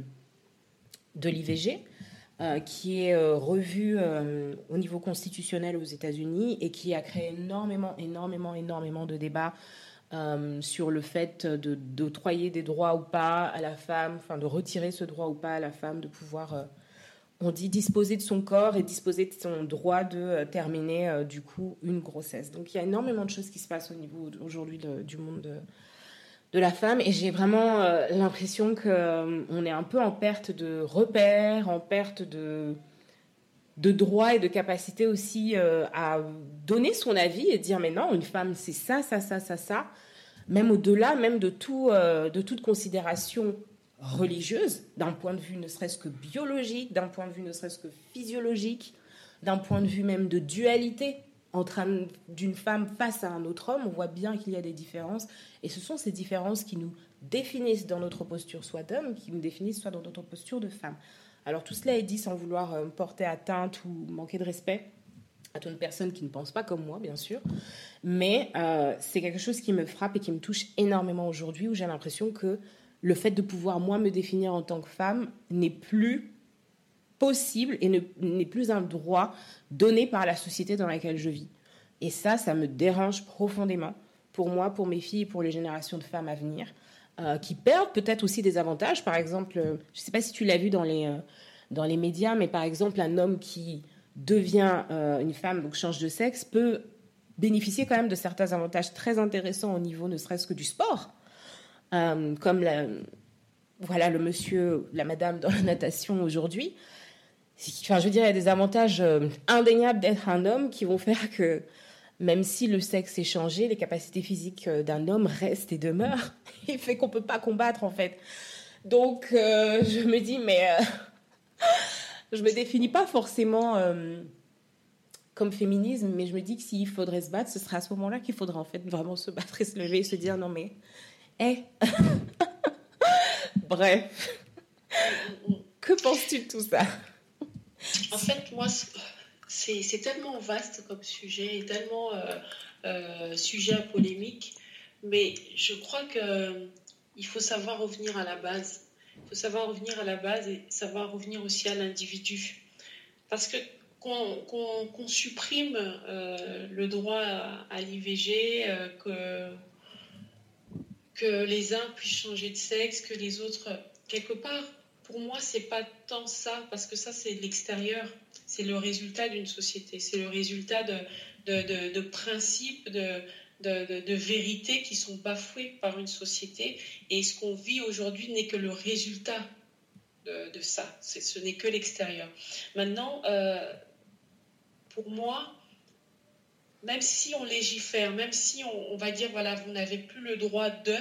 de l'I V G, euh, qui est euh, revue euh, au niveau constitutionnel aux États-Unis et qui a créé énormément, énormément, énormément de débats euh, sur le fait de, d'octroyer des droits ou pas à la femme, enfin de retirer ce droit ou pas à la femme de pouvoir... Euh, on dit disposer de son corps et disposer de son droit de euh, terminer, euh, du coup, une grossesse. Donc, il y a énormément de choses qui se passent au niveau, aujourd'hui, de, du monde de, de la femme. Et j'ai vraiment euh, l'impression qu'on euh, est un peu en perte de repères, en perte de, de droits et de capacité aussi euh, à donner son avis et dire, mais non, une femme, c'est ça, ça, ça, ça, ça. Même au-delà, même de, tout, euh, de toute considération religieuse, d'un point de vue ne serait-ce que biologique, d'un point de vue ne serait-ce que physiologique, d'un point de vue même de dualité entre un, d'une femme face à un autre homme. On voit bien qu'il y a des différences, et ce sont ces différences qui nous définissent dans notre posture soit d'homme, qui nous définissent soit dans notre posture de femme. Alors tout cela est dit sans vouloir euh, porter atteinte ou manquer de respect à toute personne qui ne pense pas comme moi, bien sûr, mais euh, c'est quelque chose qui me frappe et qui me touche énormément aujourd'hui, où j'ai l'impression que le fait de pouvoir, moi, me définir en tant que femme n'est plus possible et ne, n'est plus un droit donné par la société dans laquelle je vis. Et ça, ça me dérange profondément pour moi, pour mes filles, pour les générations de femmes à venir, euh, qui perdent peut-être aussi des avantages. Par exemple, euh, je ne sais pas si tu l'as vu dans les, euh, dans les médias, mais par exemple, un homme qui devient euh, une femme, donc change de sexe, peut bénéficier quand même de certains avantages très intéressants au niveau ne serait-ce que du sport, euh, comme la, voilà, le monsieur, la madame dans la natation aujourd'hui. Enfin, je veux dire, il y a des avantages euh, indéniables d'être un homme qui vont faire que, même si le sexe est changé, les capacités physiques d'un homme restent et demeurent. Il fait qu'on ne peut pas combattre, en fait. Donc, euh, je me dis, mais euh, je ne me définis pas forcément euh, comme féminisme, mais je me dis que s'il faudrait se battre, ce sera à ce moment-là qu'il faudrait en fait vraiment se battre et se lever et se dire, non mais, hé hey. Bref. Que penses-tu de tout ça? En fait, moi, c'est, c'est tellement vaste comme sujet et tellement euh, euh, sujet à polémique, mais je crois qu'il faut savoir revenir à la base. Il faut savoir revenir à la base et savoir revenir aussi à l'individu. Parce que qu'on, qu'on, qu'on supprime euh, le droit à, à l'I V G, euh, que, que les uns puissent changer de sexe, que les autres, quelque part, pour moi, c'est pas tant ça, parce que ça, c'est de l'extérieur. C'est le résultat d'une société. C'est le résultat de, de, de, de principes, de, de, de, de vérités qui sont bafouées par une société. Et ce qu'on vit aujourd'hui n'est que le résultat de, de ça. C'est, ce n'est que l'extérieur. Maintenant, euh, pour moi, même si on légifère, même si on, on va dire, voilà, vous n'avez plus le droit de,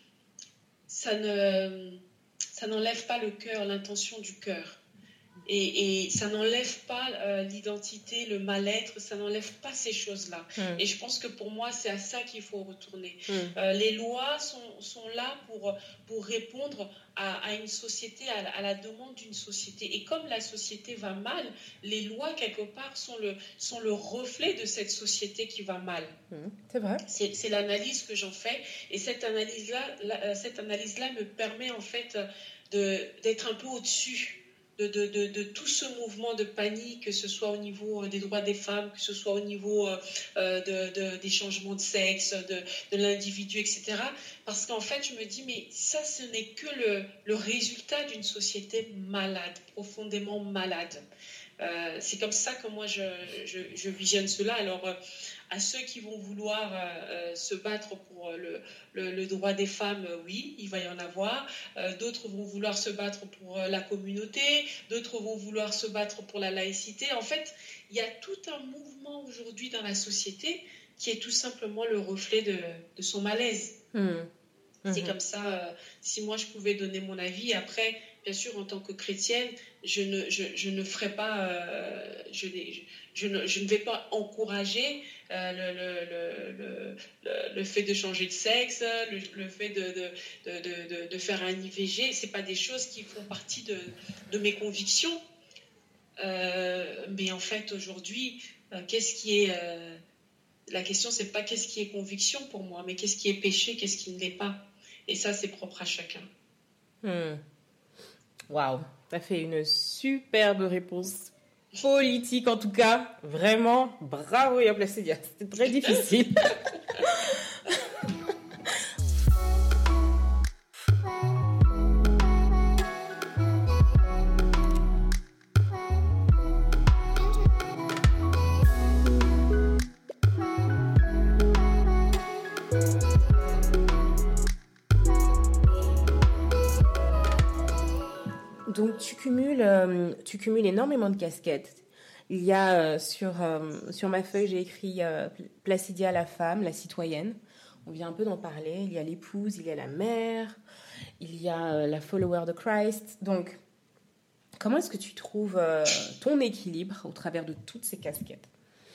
ça ne... ça n'enlève pas le cœur, l'intention du cœur. Et, et ça n'enlève pas euh, l'identité, le mal-être, ça n'enlève pas ces choses-là. Mmh. Et je pense que pour moi, c'est à ça qu'il faut retourner. Mmh. Euh, les lois sont, sont là pour, pour répondre à, à une société, à, à la demande d'une société. Et comme la société va mal, les lois, quelque part, sont le, sont le reflet de cette société qui va mal. Mmh. C'est vrai. C'est, c'est l'analyse que j'en fais. Et cette analyse-là, la, cette analyse-là me permet, en fait, de, d'être un peu au-dessus De, de, de, de tout ce mouvement de panique, que ce soit au niveau des droits des femmes, que ce soit au niveau euh, de, de, des changements de sexe, de, de l'individu, et cetera. Parce qu'en fait, je me dis, mais ça, ce n'est que le, le résultat d'une société malade, profondément malade. Euh, c'est comme ça que moi, je, je, je visionne cela. Alors, euh, à ceux qui vont vouloir euh, se battre pour le, le, le droit des femmes, oui, il va y en avoir. Euh, d'autres vont vouloir se battre pour la communauté, d'autres vont vouloir se battre pour la laïcité. En fait, il y a tout un mouvement aujourd'hui dans la société qui est tout simplement le reflet de, de son malaise. Mmh. Mmh. C'est comme ça, euh, si moi je pouvais donner mon avis, après, bien sûr, en tant que chrétienne, je ne, je, je ne ferai pas, euh, je, je, je, ne, je ne vais pas encourager euh, le, le, le, le, le fait de changer de sexe, le, le fait de, de, de, de, de faire un I V G. Ce n'est pas des choses qui font partie de, de mes convictions. Euh, mais en fait, aujourd'hui, euh, qu'est-ce qui est... Euh, la question, ce n'est pas qu'est-ce qui est conviction pour moi, mais qu'est-ce qui est péché, qu'est-ce qui ne l'est pas. Et ça, c'est propre à chacun. Hmm. Waouh, ça fait une superbe réponse politique en tout cas. Vraiment, bravo Yop Placidia. C'était très difficile. Donc, tu cumules, euh, tu cumules énormément de casquettes. Il y a, euh, sur, euh, sur ma feuille, j'ai écrit euh, Placidia, la femme, la citoyenne. On vient un peu d'en parler. Il y a l'épouse, il y a la mère, il y a euh, la follower de Christ. Donc, comment est-ce que tu trouves euh, ton équilibre au travers de toutes ces casquettes?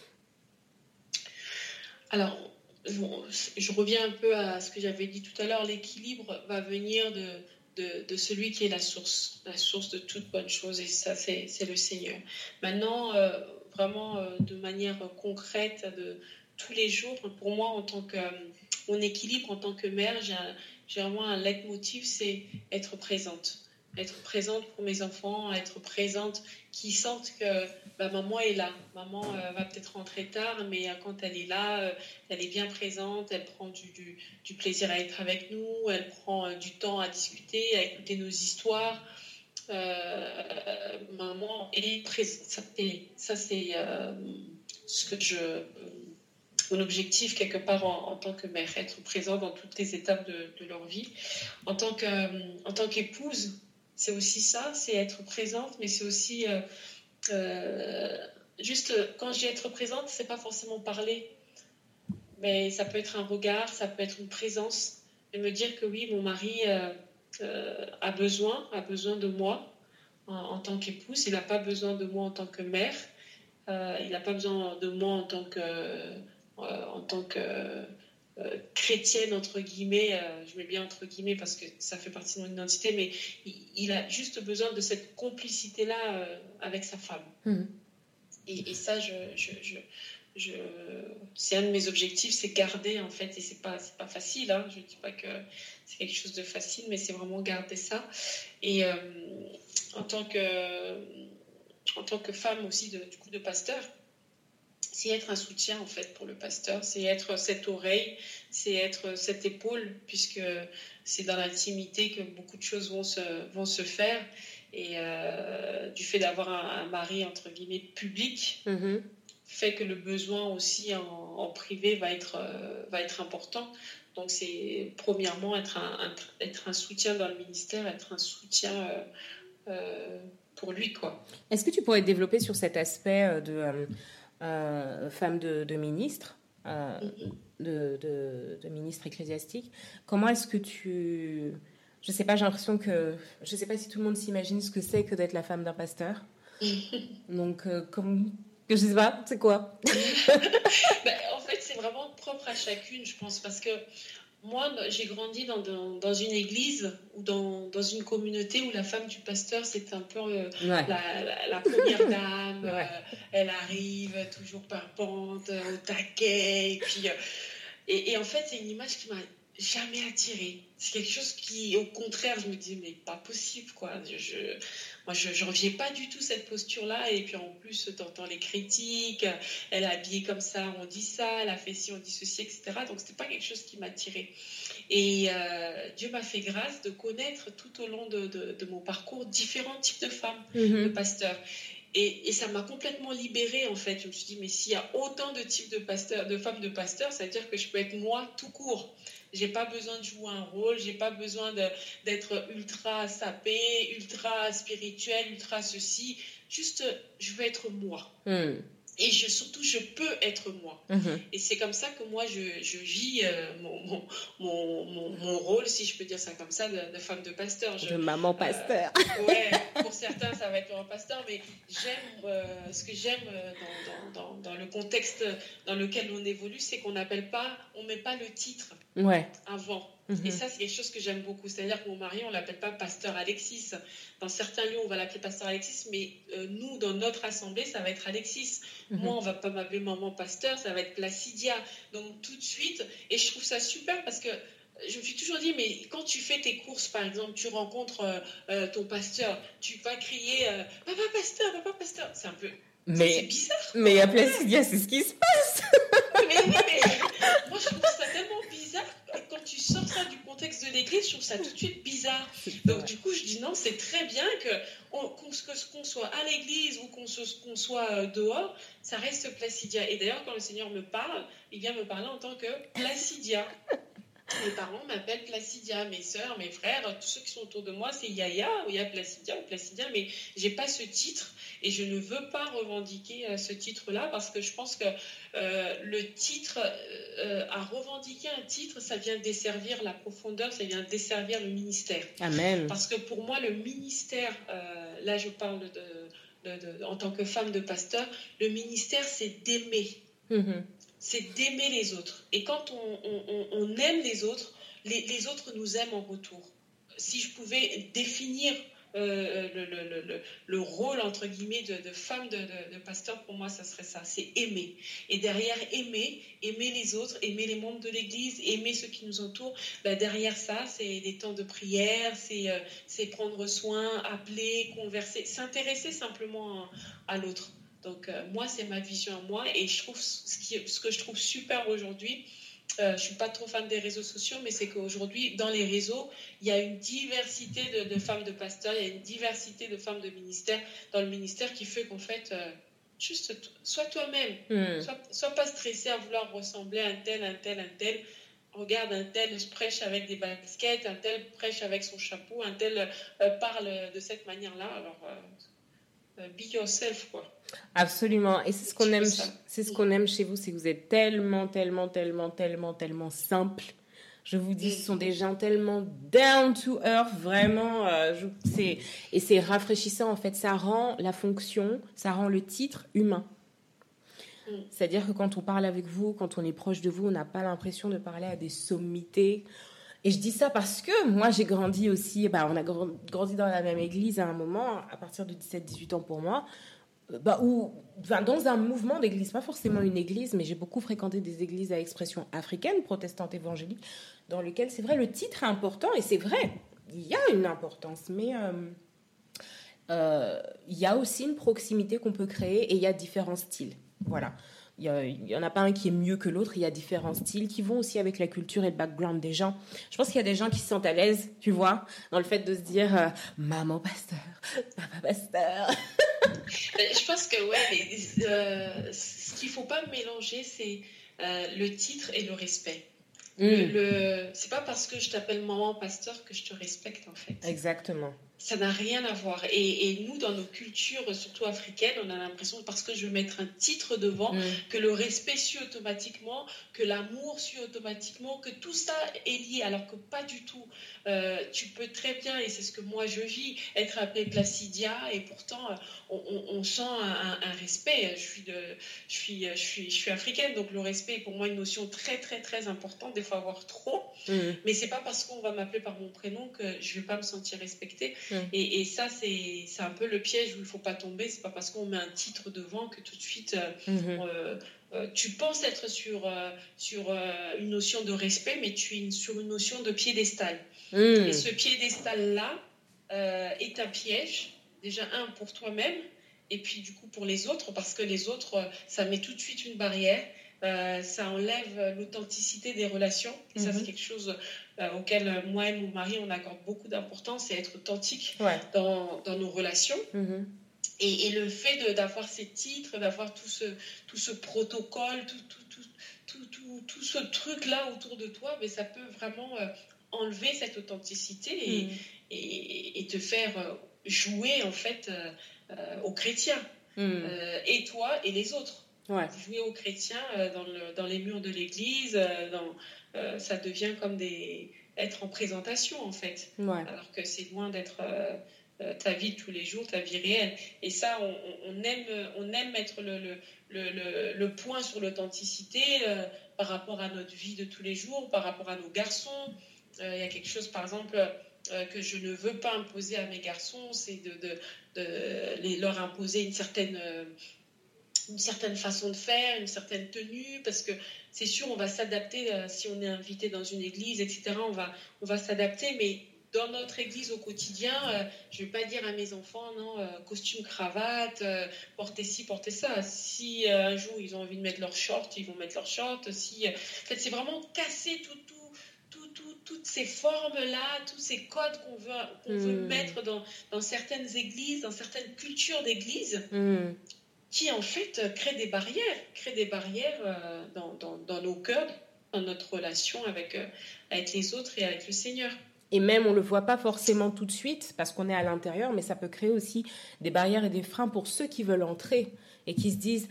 Alors, bon, je reviens un peu à ce que j'avais dit tout à l'heure. L'équilibre va venir de... De, de celui qui est la source, la source de toute bonne chose, et ça, c'est, c'est le Seigneur. Maintenant, euh, vraiment, euh, de manière concrète, de tous les jours, pour moi, en tant que, euh, mon équilibre en tant que mère, j'ai, un, j'ai vraiment un leitmotiv, c'est être présente. Être présente pour mes enfants, être présente, qu'ils sentent que bah, maman est là. Maman euh, va peut-être rentrer tard, mais euh, quand elle est là, euh, elle est bien présente, elle prend du, du, du plaisir à être avec nous, elle prend euh, du temps à discuter, à écouter nos histoires. euh, maman est présente. Ça, c'est, ça, c'est euh, ce que je... Mon objectif, quelque part, en, en tant que mère, être présente dans toutes les étapes de, de leur vie. En tant que, en tant qu'épouse, c'est aussi ça, c'est être présente, mais c'est aussi... Euh, euh, juste, quand je dis être présente, c'est pas forcément parler, mais ça peut être un regard, ça peut être une présence, et me dire que oui, mon mari euh, euh, a besoin, a besoin de moi en, en tant qu'épouse, il n'a pas besoin de moi en tant que mère, euh, il n'a pas besoin de moi en tant que... Euh, en tant que euh, chrétienne, entre guillemets, euh, je mets bien entre guillemets parce que ça fait partie de mon identité, mais il, il a juste besoin de cette complicité-là euh, avec sa femme. Mmh. Et, et ça, je, je, je, je, c'est un de mes objectifs, c'est garder, en fait, et c'est pas, c'est pas facile, hein, je ne dis pas que c'est quelque chose de facile, mais c'est vraiment garder ça. Et euh, en, tant que, en tant que femme aussi, de, du coup, de pasteur, c'est être un soutien en fait pour le pasteur, c'est être cette oreille, c'est être cette épaule, puisque c'est dans l'intimité que beaucoup de choses vont se, vont se faire. Et euh, du fait d'avoir un, un mari entre guillemets public, mm-hmm. fait que le besoin aussi en, en privé va être, euh, va être important. Donc c'est premièrement être un, un, être un soutien dans le ministère, être un soutien euh, euh, pour lui, quoi. Est-ce que tu pourrais développer sur cet aspect de... Euh... Euh, femme de, de ministre, euh, de, de, de ministre ecclésiastique. Comment est-ce que tu... Je sais pas, j'ai l'impression que... Je sais pas si tout le monde s'imagine ce que c'est que d'être la femme d'un pasteur. Donc, euh, comme... Je sais pas, c'est quoi? Ben, en fait, c'est vraiment propre à chacune, je pense, parce que moi, j'ai grandi dans, dans, dans une église ou dans, dans une communauté où la femme du pasteur, c'est un peu euh, ouais. la, la, la première dame. Ouais. Euh, elle arrive toujours pimpante, au taquet. Et, puis, euh, et, et en fait, c'est une image qui m'a jamais attirée. C'est quelque chose qui, au contraire, je me dis, mais pas possible, quoi. Je, je, moi, je n'enviais pas du tout cette posture-là. Et puis, en plus, tu entends les critiques. Elle est habillée comme ça, on dit ça. Elle a fait ci, on dit ceci, et cetera. Donc, ce n'était pas quelque chose qui m'attirait. Et euh, Dieu m'a fait grâce de connaître tout au long de, de, de mon parcours différents types de femmes, mm-hmm. de pasteurs. Et, et ça m'a complètement libérée, en fait. Je me suis dit, mais s'il y a autant de types de, pasteurs, de femmes de pasteurs, ça veut dire que je peux être moi tout court. J'ai pas besoin de jouer un rôle, j'ai pas besoin de, d'être ultra sapée, ultra spirituelle, ultra ceci. Juste, je veux être moi. Mm. Et je, surtout, je peux être moi. Mm-hmm. Et c'est comme ça que moi, je, je vis euh, mon, mon, mon, mon, mon rôle, si je peux dire ça comme ça, de, de femme de pasteur. Je, de maman pasteur. Euh, ouais, pour certains, ça va être maman pasteur, mais j'aime, euh, ce que j'aime dans, dans, dans, dans le contexte dans lequel on évolue, c'est qu'on n'appelle pas, on met pas le titre ouais. avant. Mm-hmm. Et ça, c'est quelque chose que j'aime beaucoup. C'est-à-dire que mon mari, on ne l'appelle pas pasteur Alexis. Dans certains lieux, on va l'appeler pasteur Alexis, mais euh, nous, dans notre assemblée, ça va être Alexis. Mm-hmm. Moi, on ne va pas m'appeler maman pasteur, ça va être Placidia. Donc, tout de suite, et je trouve ça super parce que je me suis toujours dit, mais quand tu fais tes courses, par exemple, tu rencontres euh, euh, ton pasteur, tu vas crier euh, « Papa pasteur, papa pasteur ». C'est un peu... Mais, c'est bizarre. Mais à Placidia, c'est ce qui se passe. mais oui, mais moi, je trouve ça tellement bizarre. Quand tu sors ça du contexte de l'église, je trouve ça tout de suite bizarre. Donc, du coup, je dis non, c'est très bien que on, qu'on, qu'on soit à l'église ou qu'on, se, qu'on soit dehors, ça reste Placidia. Et d'ailleurs, quand le Seigneur me parle, il vient me parler en tant que Placidia. Mes parents m'appellent Placidia, mes sœurs, mes frères, tous ceux qui sont autour de moi, c'est Yaya ou Yaya Placidia ou Placidia, mais j'ai pas ce titre et je ne veux pas revendiquer euh, ce titre-là parce que je pense que euh, le titre, euh, à revendiquer un titre, ça vient desservir la profondeur, ça vient desservir le ministère. Amen. Parce que pour moi, le ministère, euh, là je parle de, de, de, en tant que femme de pasteur, le ministère c'est d'aimer. Mm-hmm. C'est d'aimer les autres. Et quand on, on, on aime les autres, les, les autres nous aiment en retour. Si je pouvais définir euh, le, le, le, le rôle, entre guillemets, de, de femme de, de, de pasteur, pour moi, ça serait ça. C'est aimer. Et derrière aimer, aimer les autres, aimer les membres de l'Église, aimer ceux qui nous entourent, ben derrière ça, c'est des temps de prière, c'est, euh, c'est prendre soin, appeler, converser, s'intéresser simplement à, à l'autre. Donc, euh, moi, c'est ma vision à moi. Et je trouve ce, qui, ce que je trouve super aujourd'hui, Euh, je ne suis pas trop fan des réseaux sociaux, mais c'est qu'aujourd'hui, dans les réseaux, il y a une diversité de, de femmes de pasteurs, il y a une diversité de femmes de ministère dans le ministère qui fait qu'en fait, euh, juste t- sois toi-même. Mm. Sois, sois pas stressé à vouloir ressembler à un tel, un tel, un tel. Regarde, un tel prêche avec des baskets, un tel prêche avec son chapeau, un tel euh, parle de cette manière-là. Alors, euh, be yourself, quoi. Absolument. Et c'est ce qu'on aime, ça. c'est ce qu'on aime chez vous, c'est que vous êtes tellement, tellement, tellement, tellement, tellement simple. Je vous dis, ce sont des gens tellement down to earth, vraiment. Euh, je, c'est, et c'est rafraîchissant, en fait. Ça rend la fonction, ça rend le titre humain. Mm. C'est-à-dire que quand on parle avec vous, quand on est proche de vous, on n'a pas l'impression de parler à des sommités. Et je dis ça parce que moi, j'ai grandi aussi, bah, on a grandi dans la même église à un moment, à partir de dix-sept dix-huit ans pour moi, bah, où, enfin, dans un mouvement d'église, pas forcément une église, mais j'ai beaucoup fréquenté des églises à expression africaine, protestante, évangélique, dans lesquelles, c'est vrai, le titre est important, et c'est vrai, il y a une importance, mais euh, euh, il y a aussi une proximité qu'on peut créer, et il y a différents styles. Voilà. Il n'y en a pas un qui est mieux que l'autre, il y a différents styles qui vont aussi avec la culture et le background des gens. Je pense qu'il y a des gens qui se sentent à l'aise, tu vois, dans le fait de se dire euh, « maman pasteur, papa pasteur ». Je pense que, ouais, les, euh, ce qu'il ne faut pas mélanger, c'est euh, le titre et le respect. Mm. Le, le, c'est pas parce que je t'appelle maman pasteur que je te respecte, en fait. Exactement. Ça n'a rien à voir. Et, et nous, dans nos cultures, surtout africaines, on a l'impression, parce que je veux mettre un titre devant, mmh. que le respect suit automatiquement, que l'amour suit automatiquement, que tout ça est lié, alors que pas du tout. Euh, tu peux très bien, et c'est ce que moi je vis, être appelée Placidia, et pourtant, on, on, on sent un, un respect. Je suis, de, je, suis, je, suis, je suis africaine, donc le respect est pour moi une notion très, très, très importante. Des fois, avoir trop. Mmh. Mais c'est pas parce qu'on va m'appeler par mon prénom que je vais pas me sentir respectée. Mmh. Et, et ça, c'est, c'est un peu le piège où il ne faut pas tomber. C'est pas parce qu'on met un titre devant que tout de suite, euh, mm-hmm. euh, euh, tu penses être sur, euh, sur euh, une notion de respect, mais tu es une, sur une notion de piédestal. Mm. Et ce piédestal-là euh, est un piège, déjà un pour toi-même, et puis du coup pour les autres, parce que les autres, ça met tout de suite une barrière. Euh, ça enlève l'authenticité des relations. Et mm-hmm. ça, c'est quelque chose euh, auquel euh, moi et mon mari, on accorde beaucoup d'importance, c'est être authentique ouais. dans, dans nos relations. Mm-hmm. Et, et le fait de, d'avoir ces titres, d'avoir tout ce, tout ce protocole, tout, tout, tout, tout, tout, tout ce truc-là autour de toi, mais ça peut vraiment euh, enlever cette authenticité et, mm. et, et te faire euh, jouer, en fait, euh, euh, aux chrétiens. Mm. Euh, et toi et les autres. Ouais. Jouer aux chrétiens euh, dans, le, dans les murs de l'église, euh, dans, euh, ça devient comme des, être en présentation, en fait. Ouais. Alors que c'est loin d'être euh, euh, ta vie de tous les jours, ta vie réelle. Et ça, on, on, aime, on aime mettre le, le, le, le, le point sur l'authenticité euh, par rapport à notre vie de tous les jours, par rapport à nos garçons. Il euh, y a quelque chose, par exemple, euh, que je ne veux pas imposer à mes garçons, c'est de, de, de les, leur imposer une certaine... Euh, une certaine façon de faire, une certaine tenue, parce que c'est sûr, on va s'adapter, euh, si on est invité dans une église, et cetera, on va, on va s'adapter, mais dans notre église au quotidien, euh, je ne vais pas dire à mes enfants, non, euh, costume, cravate, euh, portez ci, portez ça. Si euh, un jour, ils ont envie de mettre leurs shorts, ils vont mettre leurs shorts. Si, euh, en fait, c'est vraiment casser tout, tout, tout, tout, toutes ces formes-là, tous ces codes qu'on veut, qu'on mmh. veut mettre dans, dans certaines églises, dans certaines cultures d'église. Mmh. qui en fait crée des barrières, crée des barrières euh, dans, dans, dans nos cœurs, dans notre relation avec, euh, avec les autres et avec le Seigneur. Et même, on ne le voit pas forcément tout de suite, parce qu'on est à l'intérieur, mais ça peut créer aussi des barrières et des freins pour ceux qui veulent entrer et qui se disent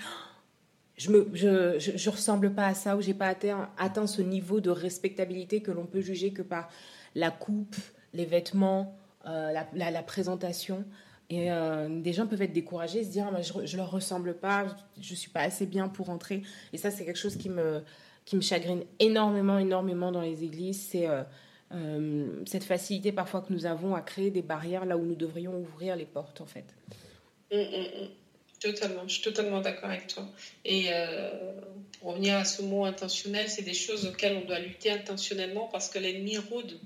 « je ne je, je, je ressemble pas à ça » ou « j'ai pas atteint, atteint ce niveau de respectabilité que l'on peut juger que par la coupe, les vêtements, euh, la, la, la présentation ». Et euh, des gens peuvent être découragés, se dire ah, je ne leur ressemble pas, je ne suis pas assez bien pour entrer. Et ça, c'est quelque chose qui me, qui me chagrine énormément, énormément dans les églises. C'est euh, euh, cette facilité parfois que nous avons à créer des barrières là où nous devrions ouvrir les portes, en fait. Mmh, mmh, totalement, je suis totalement d'accord avec toi. Et euh, pour revenir à ce mot intentionnel, c'est des choses auxquelles on doit lutter intentionnellement parce que l'ennemi rôde.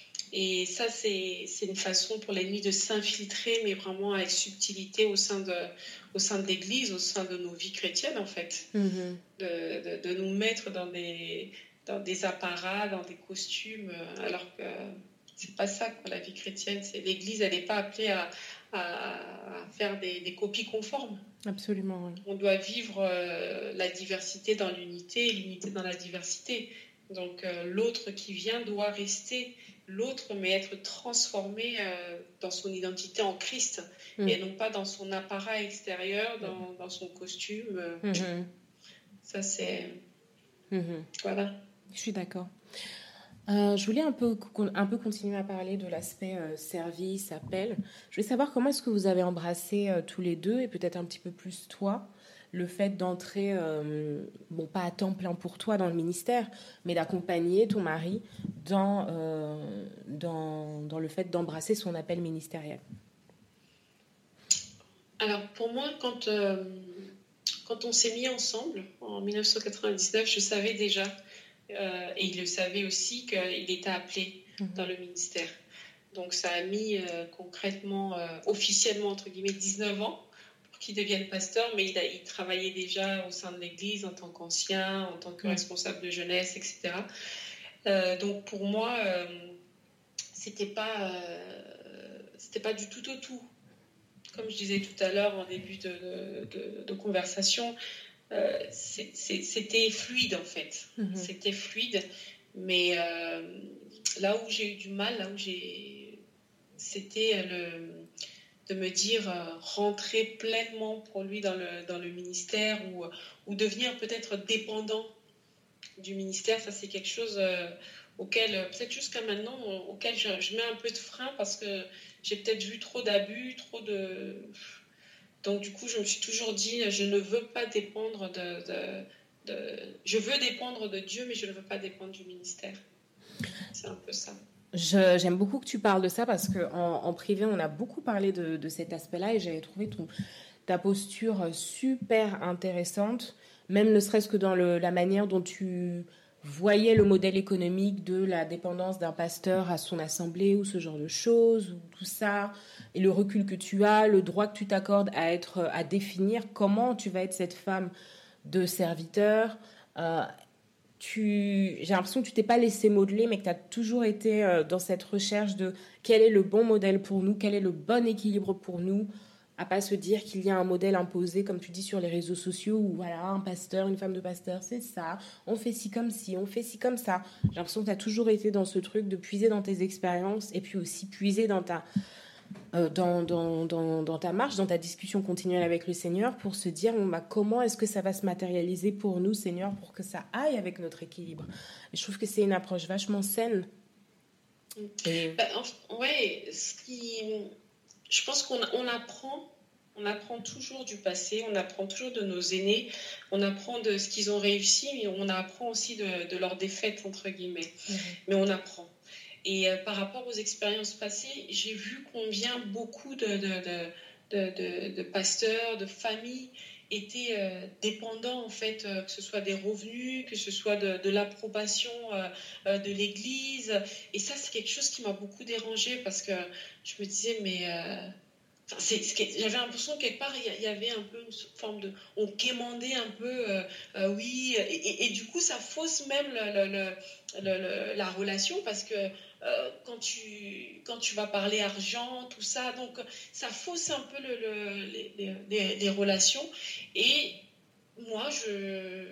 Et ça, c'est, c'est une façon pour l'ennemi de s'infiltrer, mais vraiment avec subtilité au sein de, au sein de l'Église, au sein de nos vies chrétiennes, en fait. Mm-hmm. De, de, de nous mettre dans des, dans des apparats, dans des costumes, alors que c'est pas ça, quoi, la vie chrétienne. C'est, l'Église, elle n'est pas appelée à, à, à faire des, des copies conformes. Absolument. Oui. On doit vivre euh, la diversité dans l'unité et l'unité dans la diversité. Donc euh, l'autre qui vient doit rester l'autre, mais être transformé euh, dans son identité en Christ, mmh. et non pas dans son appareil extérieur, dans, dans son costume. Mmh. Ça, c'est... Mmh. Voilà. Je suis d'accord. Euh, je voulais un peu, un peu continuer à parler de l'aspect euh, service, appel. Je voulais savoir comment est-ce que vous avez embrassé euh, tous les deux, et peut-être un petit peu plus toi, le fait d'entrer, euh, bon, pas à temps plein pour toi dans le ministère, mais d'accompagner ton mari dans, euh, dans, dans le fait d'embrasser son appel ministériel. Alors, pour moi, quand, euh, quand on s'est mis ensemble, en dix-neuf cent quatre-vingt-dix-neuf, je savais déjà, euh, et il le savait aussi, qu'il était appelé mmh. dans le ministère. Donc, ça a mis euh, concrètement, euh, officiellement, entre guillemets, dix-neuf ans, qu'il devienne pasteur, mais il, a, il travaillait déjà au sein de l'Église en tant qu'ancien, en tant que mmh. responsable de jeunesse, et cetera. Euh, donc pour moi, euh, c'était pas, euh, c'était pas du tout au tout. Comme je disais tout à l'heure en début de, de, de, de conversation, euh, c'est, c'est, c'était fluide en fait. Mmh. C'était fluide, mais euh, là où j'ai eu du mal, là où j'ai, c'était le de me dire euh, rentrer pleinement pour lui dans le, dans le ministère ou, ou devenir peut-être dépendant du ministère. Ça, c'est quelque chose euh, auquel, peut-être jusqu'à maintenant, auquel je, je mets un peu de frein parce que j'ai peut-être vu trop d'abus, trop de... Donc, du coup, je me suis toujours dit, je ne veux pas dépendre de... de, de... Je veux dépendre de Dieu, mais je ne veux pas dépendre du ministère. C'est un peu ça. Je, j'aime beaucoup que tu parles de ça parce qu'en en privé, on a beaucoup parlé de, de cet aspect-là et j'avais trouvé ton, ta posture super intéressante, même ne serait-ce que dans le, la manière dont tu voyais le modèle économique de la dépendance d'un pasteur à son assemblée ou ce genre de choses, ou tout ça, et le recul que tu as, le droit que tu t'accordes à, être, à définir comment tu vas être cette femme de serviteur. Euh, Tu, j'ai l'impression que tu t'es pas laissé modeler, mais que tu as toujours été euh, dans cette recherche de quel est le bon modèle pour nous, quel est le bon équilibre pour nous, à pas se dire qu'il y a un modèle imposé, comme tu dis, sur les réseaux sociaux, où voilà, un pasteur, une femme de pasteur, c'est ça, on fait ci comme ci, on fait ci comme ça. J'ai l'impression que tu as toujours été dans ce truc de puiser dans tes expériences et puis aussi puiser dans ta... Euh, dans, dans, dans, dans ta marche, dans ta discussion continuelle avec le Seigneur pour se dire bon, bah, comment est-ce que ça va se matérialiser pour nous, Seigneur, pour que ça aille avec notre équilibre. Et je trouve que c'est une approche vachement saine. Et... Bah, oui, ce qui... je pense qu'on on apprend, on apprend toujours du passé, on apprend toujours de nos aînés, on apprend de ce qu'ils ont réussi, mais on apprend aussi de, de leurs défaites, entre guillemets. Mm-hmm. Mais on apprend. Et euh, par rapport aux expériences passées, j'ai vu combien beaucoup de, de, de, de, de, de pasteurs, de familles étaient euh, dépendants, en fait, euh, que ce soit des revenus, que ce soit de, de l'approbation euh, euh, de l'Église. Et ça, c'est quelque chose qui m'a beaucoup dérangée parce que je me disais, mais... Euh, C'est, c'est, j'avais l'impression que quelque part il y avait un peu une forme de, on quémandait un peu, euh, euh, oui, et, et, et du coup ça fausse même le, le, le, le, la relation parce que euh, quand tu quand tu vas parler argent, tout ça, donc ça fausse un peu le, le, les, les, les relations. Et moi je,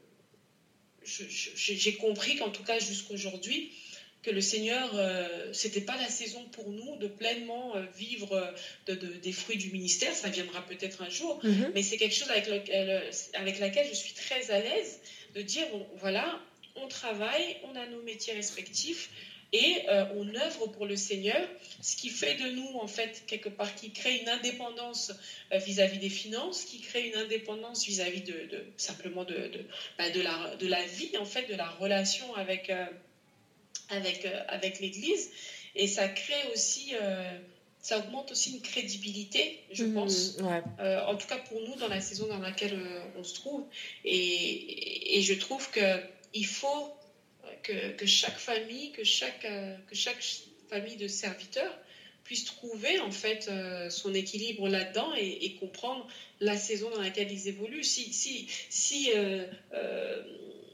je, je j'ai compris qu'en tout cas jusqu'aujourd'hui que le Seigneur, euh, c'était pas la saison pour nous de pleinement euh, vivre de, de, des fruits du ministère. Ça viendra peut-être un jour, mm-hmm. mais c'est quelque chose avec, le, avec laquelle je suis très à l'aise de dire, bon, voilà, on travaille, on a nos métiers respectifs et euh, on œuvre pour le Seigneur, ce qui fait de nous, en fait, quelque part, qui crée une indépendance euh, vis-à-vis des finances, qui crée une indépendance vis-à-vis de, de simplement de, de, bah, de, la, de la vie, en fait, de la relation avec... Euh, avec, euh, avec l'Église, et ça crée aussi, euh, ça augmente aussi une crédibilité, je mmh, pense, ouais. euh, en tout cas pour nous, dans la saison dans laquelle euh, on se trouve, et, et je trouve qu'il faut que, que chaque famille, que chaque, euh, que chaque famille de serviteurs puisse trouver en fait euh, son équilibre là-dedans et, et comprendre la saison dans laquelle ils évoluent. Si, si, si euh, euh,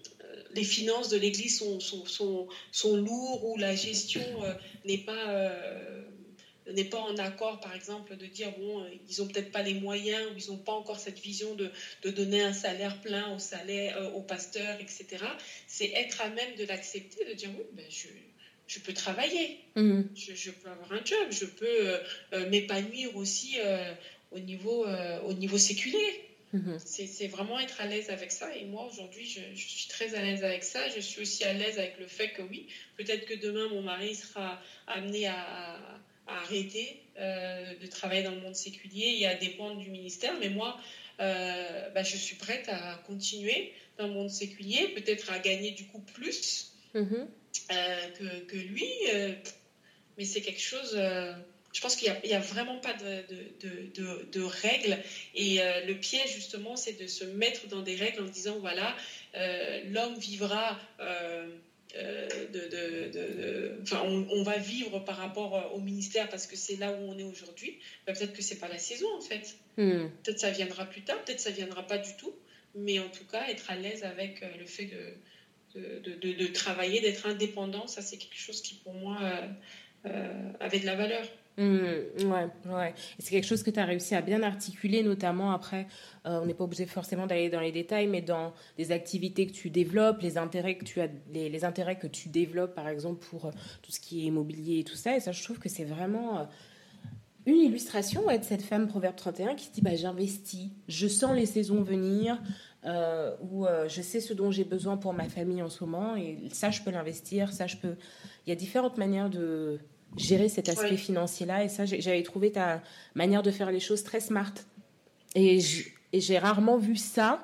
les finances de l'Église sont, sont, sont, sont lourdes, ou la gestion euh, n'est pas... Euh, n'est pas en accord, par exemple, de dire, bon, ils n'ont peut-être pas les moyens, ou ils n'ont pas encore cette vision de, de donner un salaire plein au, salaire, euh, au pasteur, et cetera. C'est être à même de l'accepter, de dire, oui, ben, je, je peux travailler, mmh. je, je peux avoir un job, je peux euh, m'épanouir aussi euh, au, niveau, euh, au niveau séculier. Mmh. C'est, c'est vraiment être à l'aise avec ça. Et moi, aujourd'hui, je, je suis très à l'aise avec ça. Je suis aussi à l'aise avec le fait que, oui, peut-être que demain, mon mari sera amené à... à à arrêter euh, de travailler dans le monde séculier et à dépendre du ministère. Mais moi, euh, bah, je suis prête à continuer dans le monde séculier, peut-être à gagner du coup plus mm-hmm. euh, que, que lui. Euh, mais c'est quelque chose... Euh, je pense qu'il n'y a, a vraiment pas de, de, de, de, de règles. Et euh, le piège, justement, c'est de se mettre dans des règles en disant, voilà, euh, l'homme vivra... Euh, Euh, de, de, de, de, enfin, on, on va vivre par rapport au ministère parce que c'est là où on est aujourd'hui. Ben, peut-être que c'est pas la saison en fait. Mm. Peut-être ça viendra plus tard, peut-être ça viendra pas du tout. Mais en tout cas, être à l'aise avec le fait de, de, de, de, de travailler, d'être indépendant, ça c'est quelque chose qui pour moi euh, euh, avait de la valeur. Mmh, ouais, ouais. Et c'est quelque chose que tu as réussi à bien articuler, notamment après, euh, on n'est pas obligé forcément d'aller dans les détails, mais dans des activités que tu développes, les intérêts que tu as, les, les intérêts que tu développes, par exemple, pour euh, tout ce qui est immobilier et tout ça. Et ça, je trouve que c'est vraiment euh, une illustration ouais, de cette femme Proverbe trente et un qui se dit, bah, j'investis, je sens les saisons venir, euh, ou euh, je sais ce dont j'ai besoin pour ma famille en ce moment, et ça, je peux l'investir, ça, je peux... Il y a différentes manières de... gérer cet aspect oui. financier-là. Et ça, j'avais trouvé ta manière de faire les choses très smart. Et j'ai rarement vu ça.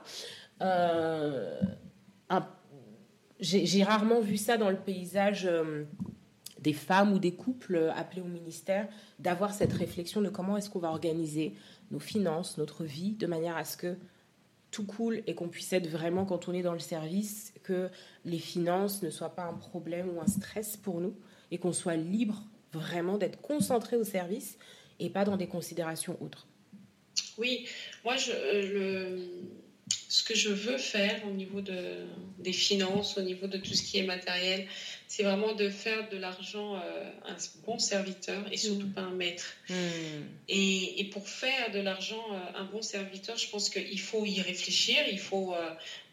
Euh, un, j'ai rarement vu ça dans le paysage euh, des femmes ou des couples appelés au ministère, d'avoir cette réflexion de comment est-ce qu'on va organiser nos finances, notre vie, de manière à ce que tout coule et qu'on puisse être vraiment, quand on est dans le service, que les finances ne soient pas un problème ou un stress pour nous et qu'on soit libre vraiment d'être concentré au service et pas dans des considérations autres. Oui, moi, je, le, ce que je veux faire au niveau de, des finances, au niveau de tout ce qui est matériel, c'est vraiment de faire de l'argent euh, un bon serviteur et surtout mmh. pas un maître. Mmh. Et, et pour faire de l'argent euh, un bon serviteur, je pense qu'il faut y réfléchir, il faut euh,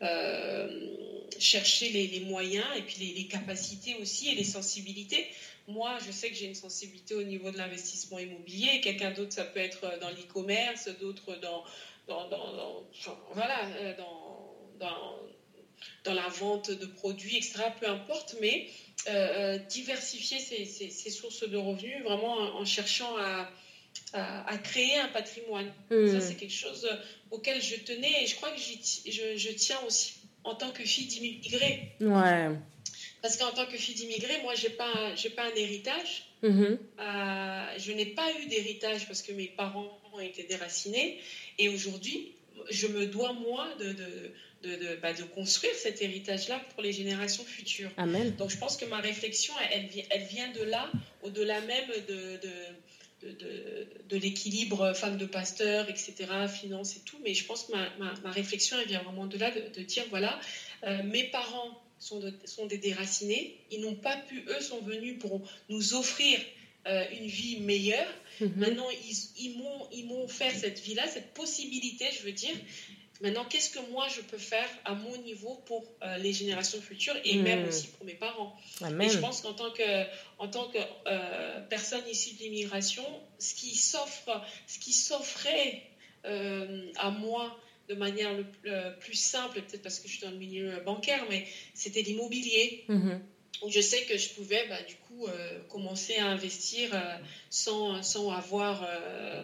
euh, chercher les, les moyens et puis les, les capacités aussi et les sensibilités. Moi, je sais que j'ai une sensibilité au niveau de l'investissement immobilier. Quelqu'un d'autre, ça peut être dans l'e-commerce, d'autres dans, dans, dans, dans, enfin, voilà, dans, dans, dans la vente de produits, et cetera. Peu importe, mais euh, diversifier ses, ses, ses sources de revenus, vraiment en, en cherchant à, à, à créer un patrimoine. Mmh. Ça, c'est quelque chose auquel je tenais et je crois que j'y, je, je tiens aussi en tant que fille d'immigrés. Ouais. Parce qu'en tant que fille d'immigré, moi, je n'ai pas, j'ai pas un héritage. Mmh. Euh, je n'ai pas eu d'héritage parce que mes parents ont été déracinés. Et aujourd'hui, je me dois, moi, de, de, de, de, bah, de construire cet héritage-là pour les générations futures. Amen. Donc, je pense que ma réflexion, elle, elle vient de là, au-delà même de... de De, de, de l'équilibre femme de pasteur, et cetera, finance et tout. Mais je pense que ma, ma, ma réflexion, elle vient vraiment de là, de, de dire, voilà, euh, mes parents sont, de, sont des déracinés. Ils n'ont pas pu, eux sont venus pour nous offrir euh, une vie meilleure. Mm-hmm. Maintenant, ils, ils m'ont ils m'ont offert cette vie-là, cette possibilité, je veux dire. Maintenant, qu'est-ce que moi, je peux faire à mon niveau pour euh, les générations futures et mmh. même aussi pour mes parents. Amen. Et je pense qu'en tant que, en tant que euh, personne issue de l'immigration, ce qui s'offre, ce qui s'offrait euh, à moi de manière le, le plus simple, peut-être parce que je suis dans le milieu bancaire, mais c'était l'immobilier. Mmh. Où je sais que je pouvais bah, du coup euh, commencer à investir euh, sans, sans avoir euh,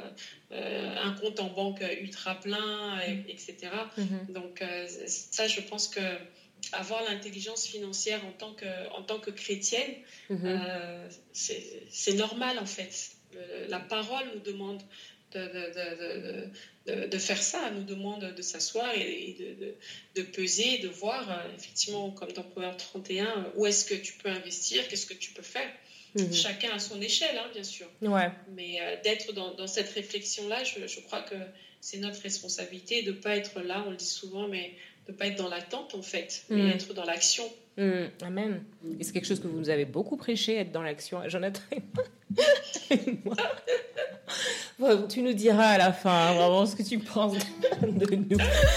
euh, un compte en banque ultra plein, et, etc. Mm-hmm. Donc euh, ça, je pense que avoir l'intelligence financière en tant que, en tant que chrétienne, mm-hmm. euh, c'est, c'est normal en fait. Le, la parole nous demande de, de, de, de, de, de faire ça, nous demande de s'asseoir et de, de, de peser, de voir euh, effectivement, comme dans Proverbe trente et un, où est-ce que tu peux investir, qu'est-ce que tu peux faire. Mmh. Chacun à son échelle, hein, bien sûr. Ouais. Mais euh, d'être dans, dans cette réflexion-là, je, je crois que c'est notre responsabilité de ne pas être là, on le dit souvent, mais de pas être dans l'attente en fait, mais mmh. être dans l'action. Mmh. Amen. Et c'est quelque chose que vous nous avez beaucoup prêché, être dans l'action, Jonathan et moi. Bon, tu nous diras à la fin vraiment ce que tu penses de nous.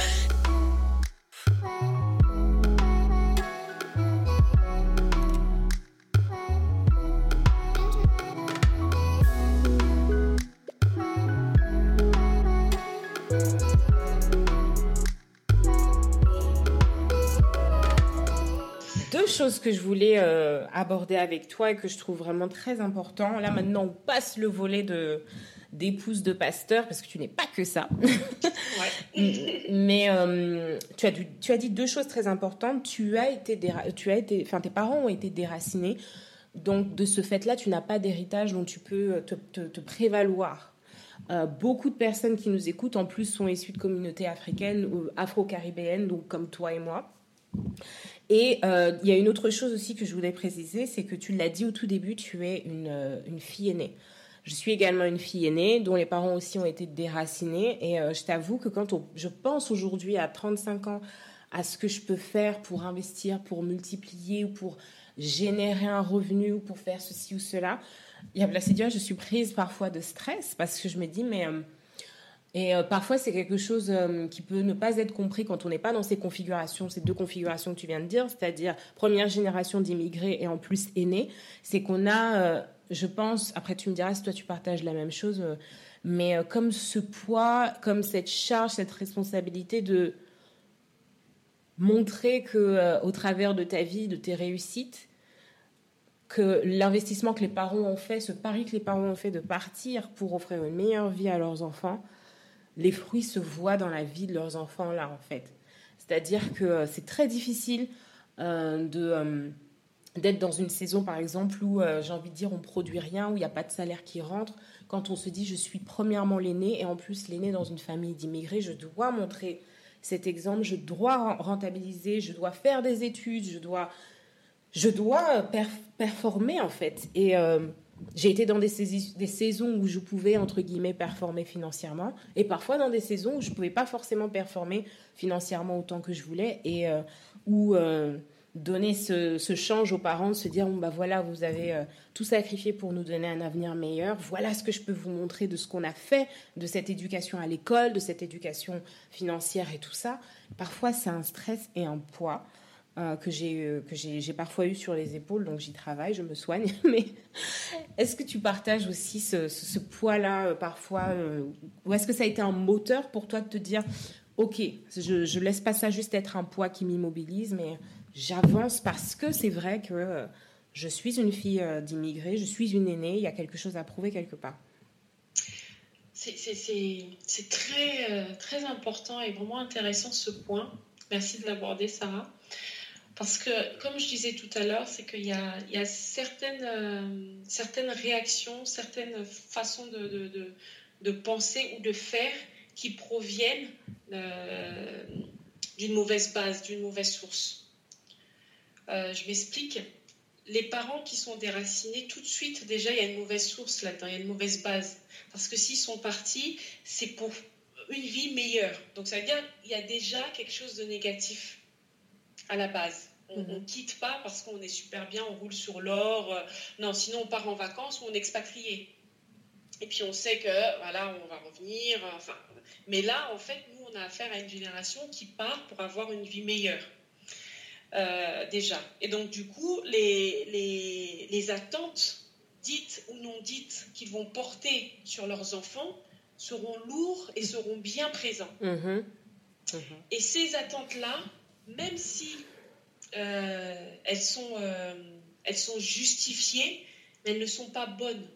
Deux choses que je voulais euh, aborder avec toi et que je trouve vraiment très important. Là, maintenant, on passe le volet de, d'épouse de pasteur, parce que tu n'es pas que ça. Ouais. Mais euh, tu, as du, tu as dit deux choses très importantes. Tu as été, déra- tu as été, enfin, tes parents ont été déracinés. Donc, de ce fait-là, tu n'as pas d'héritage dont tu peux te, te, te prévaloir. Euh, beaucoup de personnes qui nous écoutent, en plus, sont issues de communautés africaines ou afro-caribéennes, donc comme toi et moi. Et euh, il y a une autre chose aussi que je voulais préciser, c'est que tu l'as dit au tout début, tu es une, euh, une fille aînée. Je suis également une fille aînée dont les parents aussi ont été déracinés. Et euh, je t'avoue que quand on, je pense aujourd'hui à trente-cinq ans à ce que je peux faire pour investir, pour multiplier ou pour générer un revenu ou pour faire ceci ou cela, il y a placé Dieu, je suis prise parfois de stress parce que je me dis mais... Euh, Et euh, parfois, c'est quelque chose euh, qui peut ne pas être compris quand on n'est pas dans ces configurations, ces deux configurations que tu viens de dire, c'est-à-dire première génération d'immigrés et en plus aînés. C'est qu'on a, euh, je pense, après tu me diras si toi tu partages la même chose, euh, mais euh, comme ce poids, comme cette charge, cette responsabilité de montrer que euh, au travers de ta vie, de tes réussites, que l'investissement que les parents ont fait, ce pari que les parents ont fait de partir pour offrir une meilleure vie à leurs enfants, les fruits se voient dans la vie de leurs enfants, là, en fait. C'est-à-dire que euh, c'est très difficile euh, de, euh, d'être dans une saison, par exemple, où, euh, j'ai envie de dire, on ne produit rien, où il n'y a pas de salaire qui rentre. Quand on se dit, je suis premièrement l'aîné, et en plus, l'aîné dans une famille d'immigrés, je dois montrer cet exemple, je dois rentabiliser, je dois faire des études, je dois, je dois perf- performer, en fait. Et... Euh, J'ai été dans des, saisis, des saisons où je pouvais, entre guillemets, performer financièrement et parfois dans des saisons où je ne pouvais pas forcément performer financièrement autant que je voulais et euh, où euh, donner ce, ce change aux parents, de se dire, bon, bah voilà, vous avez euh, tout sacrifié pour nous donner un avenir meilleur, voilà ce que je peux vous montrer de ce qu'on a fait, de cette éducation à l'école, de cette éducation financière et tout ça. Parfois, c'est un stress et un poids. Euh, que, j'ai, euh, que j'ai, j'ai parfois eu sur les épaules, donc j'y travaille, je me soigne. Mais est-ce que tu partages aussi ce, ce, ce poids-là euh, parfois euh, ou est-ce que ça a été un moteur pour toi de te dire ok, je, je laisse pas ça juste être un poids qui m'immobilise, mais j'avance parce que c'est vrai que euh, je suis une fille euh, d'immigrés, je suis une aînée, il y a quelque chose à prouver quelque part. C'est, c'est, c'est, c'est très, euh, très important et vraiment intéressant ce point. Merci de l'aborder, Sarah. Parce que, comme je disais tout à l'heure, c'est qu'il y a, il y a certaines, euh, certaines réactions, certaines façons de, de, de, de penser ou de faire qui proviennent euh, d'une mauvaise base, d'une mauvaise source. Euh, je m'explique. Les parents qui sont déracinés, tout de suite, déjà, il y a une mauvaise source là-dedans, il y a une mauvaise base. Parce que s'ils sont partis, c'est pour une vie meilleure. Donc, ça veut dire qu'il y a déjà quelque chose de négatif à la base. On ne mmh. quitte pas parce qu'on est super bien, on roule sur l'or. Euh, non, sinon on part en vacances ou on est expatrié. Et puis on sait que voilà, on va revenir. Enfin, mais là, en fait, nous, on a affaire à une génération qui part pour avoir une vie meilleure. Euh, déjà. Et donc, du coup, les, les, les attentes dites ou non dites qu'ils vont porter sur leurs enfants seront lourds et seront bien présents. Mmh. Mmh. Et ces attentes-là, même si euh, elles, sont, euh, elles sont justifiées, mais elles ne sont pas bonnes.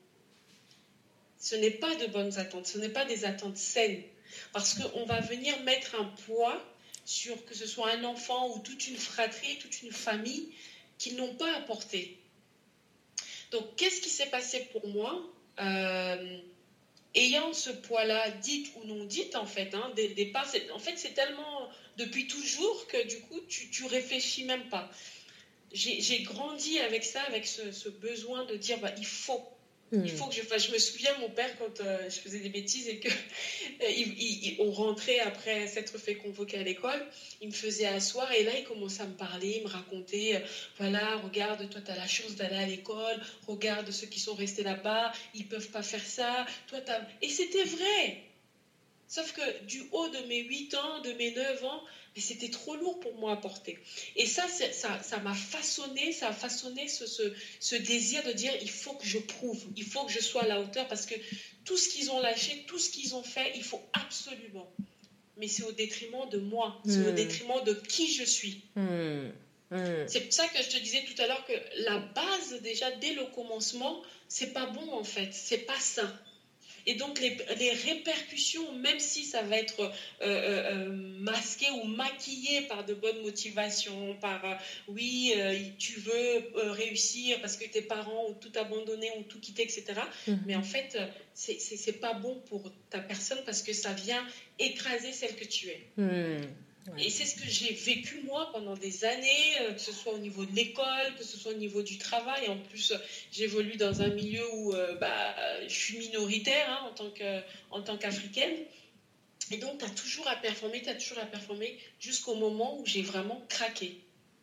Ce n'est pas de bonnes attentes, ce n'est pas des attentes saines. Parce qu'on va venir mettre un poids sur que ce soit un enfant ou toute une fratrie, toute une famille qu'ils n'ont pas apporté. Donc, qu'est-ce qui s'est passé pour moi euh, ayant ce poids-là, dit ou non dit, en fait, hein, dès le départ, c'est, en fait, c'est tellement depuis toujours que du coup, tu, tu réfléchis même pas. J'ai, j'ai grandi avec ça, avec ce, ce besoin de dire, bah, il faut. Il faut que je fasse. Je me souviens, mon père, quand euh, je faisais des bêtises et que euh, il, il, on rentrait après s'être fait convoquer à l'école, il me faisait asseoir et là, il commençait à me parler, me raconter, euh, voilà, regarde, toi, tu as la chance d'aller à l'école, regarde ceux qui sont restés là-bas, ils peuvent pas faire ça, toi, t'as... Et c'était vrai. Sauf que du haut de mes huit ans, de mes neuf ans, mais c'était trop lourd pour moi à porter. Et ça, ça, ça m'a façonné, ça a façonné ce, ce, ce désir de dire, il faut que je prouve, il faut que je sois à la hauteur, parce que tout ce qu'ils ont lâché, tout ce qu'ils ont fait, il faut absolument. Mais c'est au détriment de moi, c'est mmh. au détriment de qui je suis. Mmh. Mmh. C'est pour ça que je te disais tout à l'heure que la base, déjà, dès le commencement, c'est pas bon en fait, c'est pas sain. Et donc, les, les répercussions, même si ça va être euh, euh, masqué ou maquillé par de bonnes motivations, par euh, oui, euh, tu veux euh, réussir parce que tes parents ont tout abandonné, ont tout quitté, et cetera. Mm-hmm. Mais en fait, c'est, c'est, c'est pas bon pour ta personne parce que ça vient écraser celle que tu es. Mm. Ouais. Et c'est ce que j'ai vécu moi pendant des années, euh, que ce soit au niveau de l'école, que ce soit au niveau du travail. En plus, j'évolue dans un milieu où euh, bah, je suis minoritaire hein, en tant que, en tant qu'Africaine. Et donc, tu as toujours à performer, tu as toujours à performer jusqu'au moment où j'ai vraiment craqué.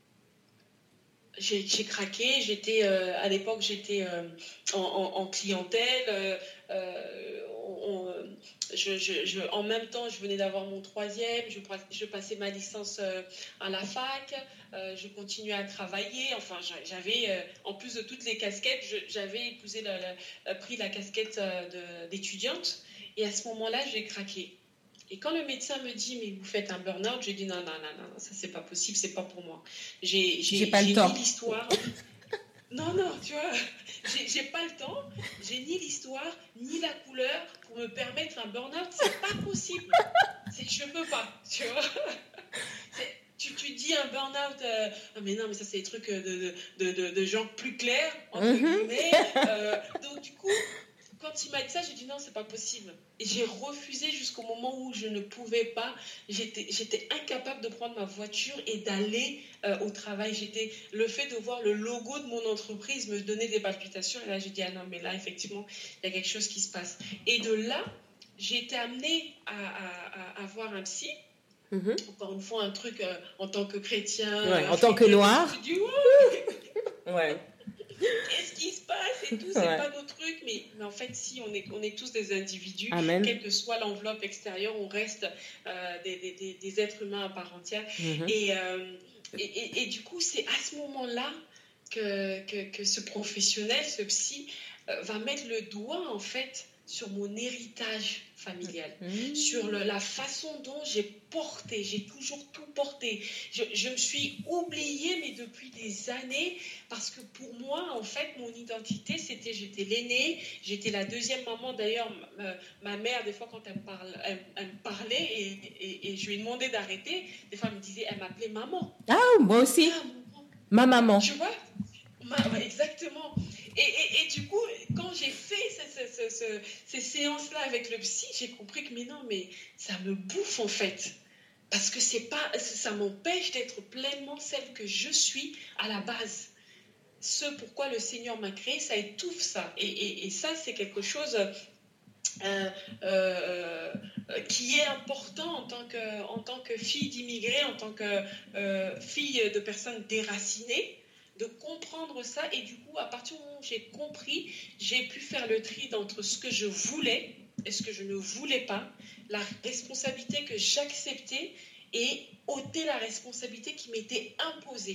J'ai, j'ai craqué, j'étais, euh, à l'époque, j'étais euh, en, en, en clientèle. Euh, euh, on, on, je, je, je, en même temps, je venais d'avoir mon troisième, je, je passais ma licence euh, à la fac, euh, je continuais à travailler. Enfin, j'avais, euh, en plus de toutes les casquettes, je, j'avais épousé la, la, pris la casquette euh, de, d'étudiante. Et à ce moment-là, j'ai craqué. Et quand le médecin me dit, mais vous faites un burn-out, j'ai dit non, non, non, non, ça c'est pas possible, c'est pas pour moi. J'ai, j'ai, j'ai pas j'ai le temps. Ni l'histoire. Non, non, tu vois, j'ai, j'ai pas le temps, j'ai ni l'histoire, ni la couleur pour me permettre un burn-out, c'est pas possible. C'est que je peux pas, tu vois. C'est, tu, tu dis un burn-out, euh, non, mais non, mais ça c'est des trucs de, de, de, de gens plus clairs, entre mm-hmm. guillemets. Euh, donc du coup, quand il m'a dit ça, j'ai dit non, c'est pas possible. Et j'ai refusé jusqu'au moment où je ne pouvais pas. J'étais, j'étais incapable de prendre ma voiture et d'aller euh, au travail. J'étais, le fait de voir le logo de mon entreprise me donnait des palpitations. Et là, j'ai dit ah non, mais là, effectivement, il y a quelque chose qui se passe. Et de là, j'ai été amenée à, à, à, à voir un psy. Mm-hmm. Encore une fois, un truc euh, en tant que chrétien. Ouais, en tant que noir. Je dis ouais. ouais. Qu'est-ce qui se passe et tout, c'est ouais. pas nos trucs, mais, mais en fait, si, on est, on est tous des individus, Amen. Quelle que soit l'enveloppe extérieure, on reste euh, des, des, des êtres humains à part entière. Mm-hmm. Et, euh, et, et, et du coup, c'est à ce moment-là que, que, que ce professionnel, ce psy, euh, va mettre le doigt, en fait, sur mon héritage familial, mmh. sur le, la façon dont j'ai porté, j'ai toujours tout porté. Je, je me suis oubliée, mais depuis des années, parce que pour moi, en fait, mon identité, c'était, j'étais l'aînée, j'étais la deuxième maman. D'ailleurs, ma, ma mère, des fois, quand elle me, parle, elle, elle me parlait, et, et, et je lui ai demandé d'arrêter, des fois, elle me disait, elle m'appelait maman. Ah, moi aussi, ah, ma maman. Tu vois ma, ouais, exactement. Et, et, et du coup, quand j'ai fait ce, ce, ce, ce, ces séances-là avec le psy, j'ai compris que mais non, mais ça me bouffe en fait. Parce que c'est pas, ça m'empêche d'être pleinement celle que je suis à la base. Ce pourquoi le Seigneur m'a créé, ça étouffe ça. Et, et, et ça, c'est quelque chose euh, euh, qui est important en tant que, en tant que fille d'immigrés, en tant que euh, fille de personnes déracinées. De comprendre ça, et du coup, à partir du moment où j'ai compris, j'ai pu faire le tri entre ce que je voulais et ce que je ne voulais pas, la responsabilité que j'acceptais et ôter la responsabilité qui m'était imposée.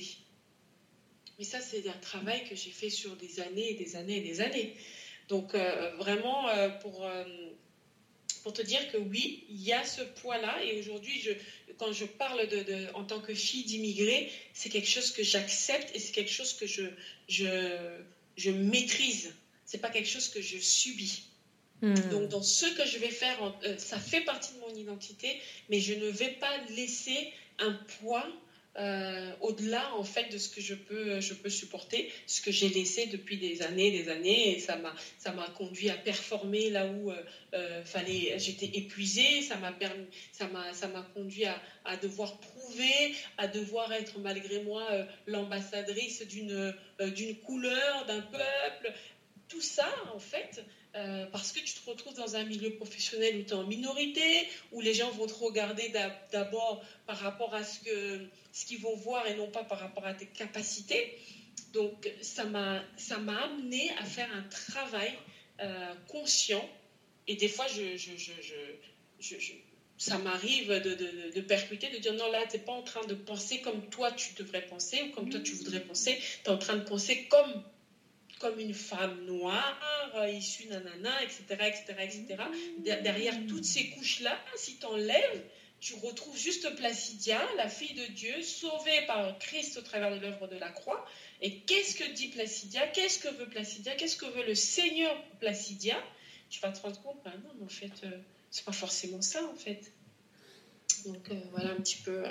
Mais ça, c'est un travail que j'ai fait sur des années et des années et des années. Donc, euh, vraiment, euh, pour... Euh, pour te dire que oui, il y a ce poids-là, et aujourd'hui, je, quand je parle de, de, en tant que fille d'immigrés, c'est quelque chose que j'accepte et c'est quelque chose que je, je, je maîtrise. C'est pas quelque chose que je subis. Mmh. Donc, dans ce que je vais faire, euh, ça fait partie de mon identité, mais je ne vais pas laisser un poids euh, au-delà, en fait, de ce que je peux, je peux supporter, ce que j'ai laissé depuis des années, des années, et ça m'a, ça m'a conduit à performer là où euh, euh, fallait, j'étais épuisée, ça m'a permis, ça m'a, ça m'a conduit à, à devoir prouver, à devoir être malgré moi euh, l'ambassadrice d'une, euh, d'une couleur, d'un peuple. tout ça, en fait, euh, parce que tu te retrouves dans un milieu professionnel où tu es en minorité, où les gens vont te regarder d'abord par rapport à ce, que, ce qu'ils vont voir et non pas par rapport à tes capacités. Donc, ça m'a, ça m'a amené à faire un travail euh, conscient. Et des fois, je, je, je, je, je, je, ça m'arrive de, de, de percuter, de dire non, là, tu n'es pas en train de penser comme toi, tu devrais penser ou comme toi, tu voudrais penser. Tu es en train de penser comme, comme une femme noire, euh, issue nanana, et cetera, et cetera, et cetera. Derrière toutes ces couches-là, si tu enlèves, tu retrouves juste Placidia, la fille de Dieu, sauvée par Christ au travers de l'œuvre de la croix. Et qu'est-ce que dit Placidia? Qu'est-ce que veut Placidia? Qu'est-ce que veut le Seigneur Placidia? Tu vas te rendre compte, bah non, mais en fait, euh, c'est pas forcément ça, en fait. Donc, euh, voilà un petit peu... Euh,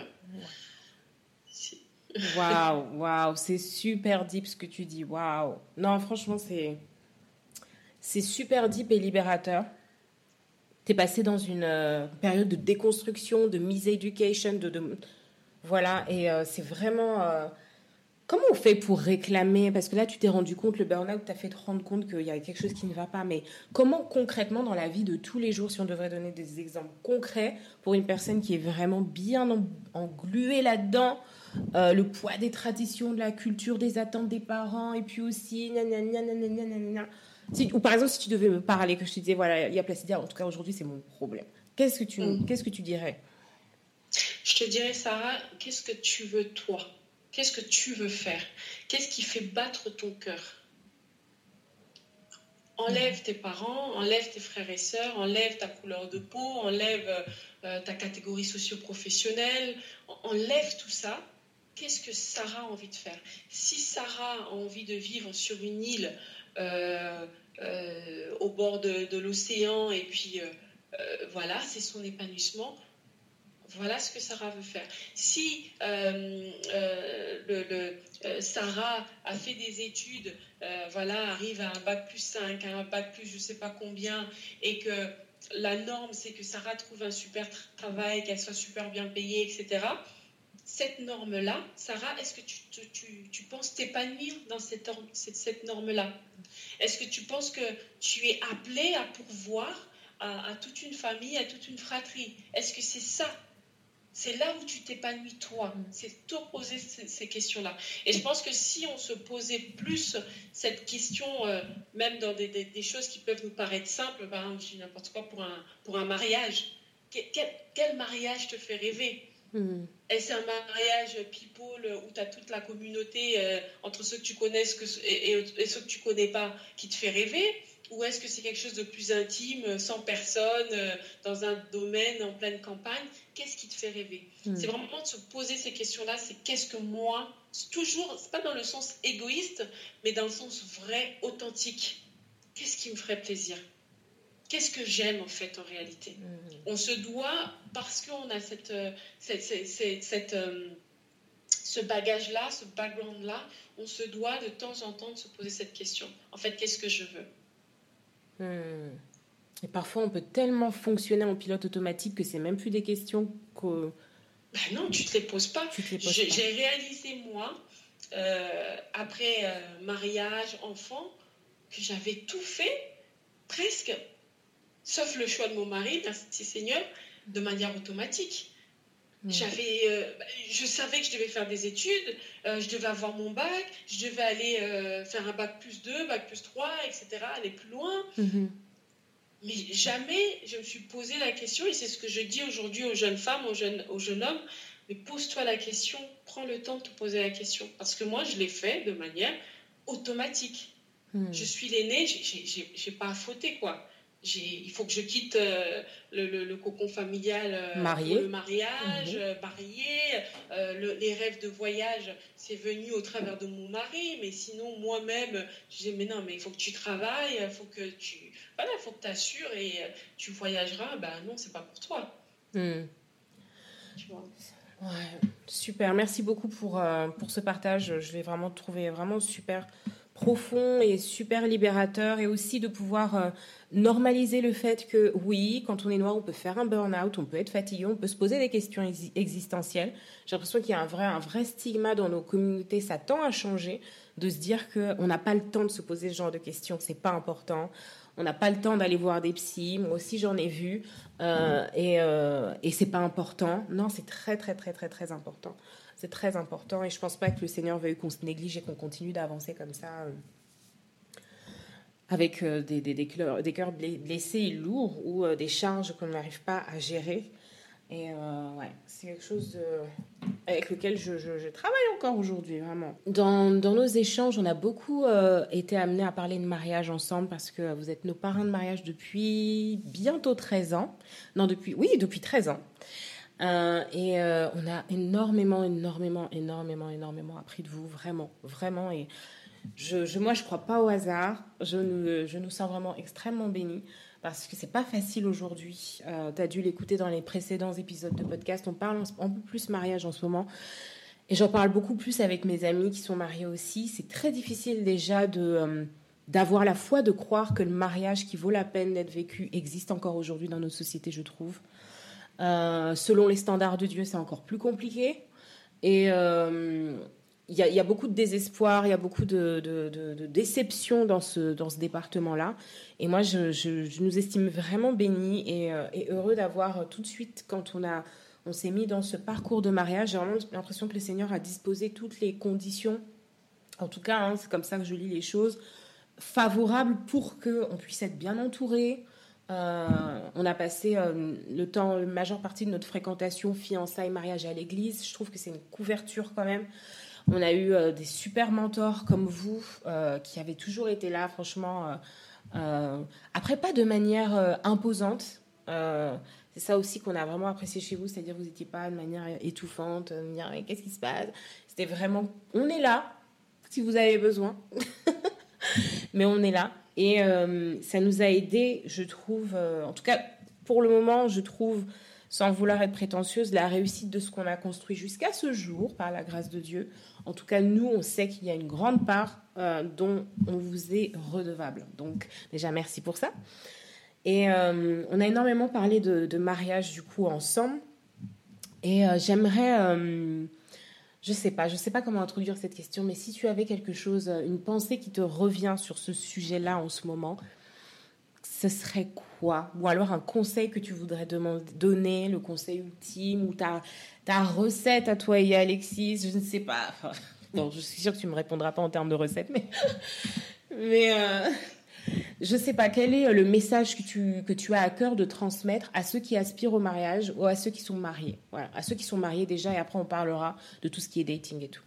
waouh, waouh, c'est super deep ce que tu dis, waouh. Non, franchement, c'est, c'est super deep et libérateur. Tu es passé dans une euh, période de déconstruction, de miseducation, de, de... voilà, et euh, c'est vraiment... Euh... Comment on fait pour réclamer? Parce que là, tu t'es rendu compte, le burn-out t'a fait te rendre compte qu'il y a quelque chose qui ne va pas, mais comment concrètement, dans la vie de tous les jours, si on devrait donner des exemples concrets pour une personne qui est vraiment bien engluée là-dedans, euh, le poids des traditions, de la culture, des attentes des parents, et puis aussi... Nanana, nanana, nanana. Si, ou par exemple, si tu devais me parler, que je te disais, voilà, il y a Placidia, en tout cas aujourd'hui, c'est mon problème. Qu'est-ce que tu, mmh. qu'est-ce que tu dirais? Je te dirais, Sarah, qu'est-ce que tu veux, toi? Qu'est-ce que tu veux faire? Qu'est-ce qui fait battre ton cœur? Enlève mmh. tes parents, enlève tes frères et sœurs, enlève ta couleur de peau, enlève euh, ta catégorie socio-professionnelle, enlève tout ça. Qu'est-ce que Sarah a envie de faire? Si Sarah a envie de vivre sur une île euh, euh, au bord de, de l'océan et puis euh, euh, voilà, c'est son épanouissement. Voilà ce que Sarah veut faire. Si euh, euh, le, le, euh, Sarah a fait des études, euh, voilà, arrive à un bac plus cinq, à un bac plus je ne sais pas combien, et que la norme c'est que Sarah trouve un super travail, qu'elle soit super bien payée, et cetera. Cette norme-là, Sarah, est-ce que tu, tu, tu, tu penses t'épanouir dans cette, cette, cette norme-là? Est-ce que tu penses que tu es appelée à pourvoir à, à toute une famille, à toute une fratrie? Est-ce que c'est ça? C'est là où tu t'épanouis toi. C'est te poser ces, ces questions-là. Et je pense que si on se posait plus cette question, euh, même dans des, des, des choses qui peuvent nous paraître simples, par exemple, je dis n'importe quoi pour un, pour un mariage, quel, quel mariage te fait rêver? Mmh. Est-ce un mariage people où tu as toute la communauté euh, entre ceux que tu connais que, et, et, et ceux que tu connais pas qui te fait rêver? Ou est-ce que c'est quelque chose de plus intime, sans personne, euh, dans un domaine en pleine campagne? Qu'est-ce qui te fait rêver? Mmh. C'est vraiment de se poser ces questions-là. C'est qu'est-ce que moi, c'est toujours, c'est pas dans le sens égoïste, mais dans le sens vrai, authentique. Qu'est-ce qui me ferait plaisir? Qu'est-ce que j'aime en fait en réalité? Mmh. On se doit, parce qu'on a cette, cette, cette, cette, cette euh, ce bagage-là, ce background-là, on se doit de temps en temps de se poser cette question. En fait, qu'est-ce que je veux? Mmh. Et parfois, on peut tellement fonctionner en pilote automatique que c'est même plus des questions que... Ben non, tu ne te les poses pas. Tu te les poses j'ai, pas. J'ai réalisé, moi, euh, après euh, mariage, enfant, que j'avais tout fait, presque, sauf le choix de mon mari, merci Seigneur, de manière automatique. Mmh. J'avais, euh, je savais que je devais faire des études, euh, je devais avoir mon bac, je devais aller euh, faire un bac plus deux, bac plus trois, et cetera, aller plus loin. Mmh. Mais jamais je me suis posé la question, et c'est ce que je dis aujourd'hui aux jeunes femmes, aux jeunes, aux jeunes hommes, mais pose-toi la question, prends le temps de te poser la question. Parce que moi, je l'ai fait de manière automatique. Mmh. Je suis l'aînée, j'ai, j'ai, j'ai pas à fauter, quoi. J'ai, il faut que je quitte euh, le, le, le cocon familial euh, marié. pour le mariage, mmh. euh, marié. Euh, le, les rêves de voyage, c'est venu au travers de mon mari. Mais sinon, moi-même, je disais, mais non, mais il faut que tu travailles, il faut que tu... Voilà, il faut que tu assures et euh, tu voyageras. Ben non, c'est pas pour toi. Mmh. Tu vois. Ouais, super. Merci beaucoup pour, euh, pour ce partage. Je l'ai vraiment trouvé vraiment super profond et super libérateur, et aussi de pouvoir euh, normaliser le fait que oui, quand on est noir, on peut faire un burn-out, on peut être fatigué, on peut se poser des questions ex- existentielles. J'ai l'impression qu'il y a un vrai, un vrai stigma dans nos communautés, ça tend à changer, de se dire qu'on n'a pas le temps de se poser ce genre de questions, c'est pas important. On n'a pas le temps d'aller voir des psys. Moi aussi, j'en ai vu. Euh, et, euh, et c'est pas important. Non, c'est très, très, très, très, très important. C'est très important. Et je pense pas que le Seigneur veuille qu'on se néglige et qu'on continue d'avancer comme ça, euh, avec euh, des, des, des, cœurs, des cœurs blessés et lourds ou euh, des charges qu'on n'arrive pas à gérer. Et euh, ouais, c'est quelque chose de, avec lequel je, je, je travaille encore aujourd'hui, vraiment. Dans, dans nos échanges, on a beaucoup euh, été amenés à parler de mariage ensemble parce que vous êtes nos parrains de mariage depuis bientôt treize ans. Non, depuis, oui, depuis treize ans. Euh, et euh, on a énormément, énormément, énormément, énormément appris de vous, vraiment, vraiment. Et je, je, moi, je ne crois pas au hasard. Je nous, je nous sens vraiment extrêmement bénis. Parce que c'est pas facile aujourd'hui. Euh, tu as dû l'écouter dans les précédents épisodes de podcast. On parle un peu plus mariage en ce moment. Et j'en parle beaucoup plus avec mes amis qui sont mariés aussi. C'est très difficile déjà de, euh, d'avoir la foi, de croire que le mariage qui vaut la peine d'être vécu existe encore aujourd'hui dans notre société, je trouve. Euh, selon les standards de Dieu, c'est encore plus compliqué. Et... Euh, Il y, a, il y a beaucoup de désespoir, il y a beaucoup de, de, de, de déception dans ce, dans ce département-là. Et moi, je, je, je nous estime vraiment bénis et, euh, et heureux d'avoir tout de suite, quand on, a, on s'est mis dans ce parcours de mariage, j'ai vraiment l'impression que le Seigneur a disposé toutes les conditions, en tout cas, hein, c'est comme ça que je lis les choses, favorables pour qu'on puisse être bien entouré. Euh, on a passé euh, le temps, la majeure partie de notre fréquentation, fiançailles, mariage à l'église. Je trouve que c'est une couverture quand même. On a eu euh, des super mentors comme vous euh, qui avaient toujours été là, franchement. Euh, euh, après, pas de manière euh, imposante. Euh, c'est ça aussi qu'on a vraiment apprécié chez vous, c'est-à-dire que vous n'étiez pas de manière étouffante, de dire « qu'est-ce qui se passe ?» C'était vraiment « on est là si vous avez besoin ». Mais on est là. Et euh, ça nous a aidés, je trouve, euh, en tout cas, pour le moment, je trouve, sans vouloir être prétentieuse, la réussite de ce qu'on a construit jusqu'à ce jour, par la grâce de Dieu. En tout cas, nous, on sait qu'il y a une grande part euh, dont on vous est redevable. Donc, déjà, merci pour ça. Et euh, on a énormément parlé de, de mariage, du coup, ensemble. Et euh, j'aimerais... Euh, je ne sais pas, je ne sais pas comment introduire cette question, mais si tu avais quelque chose, une pensée qui te revient sur ce sujet-là en ce moment, ce serait quoi? Ou alors un conseil que tu voudrais demander, donner, le conseil ultime, ou ta, ta recette à toi et à Alexis, je ne sais pas. Enfin, bon, je suis sûre que tu ne me répondras pas en termes de recette, mais, mais euh, je ne sais pas, quel est le message que tu, que tu as à cœur de transmettre à ceux qui aspirent au mariage ou à ceux qui sont mariés? Voilà, à ceux qui sont mariés déjà, et après on parlera de tout ce qui est dating et tout.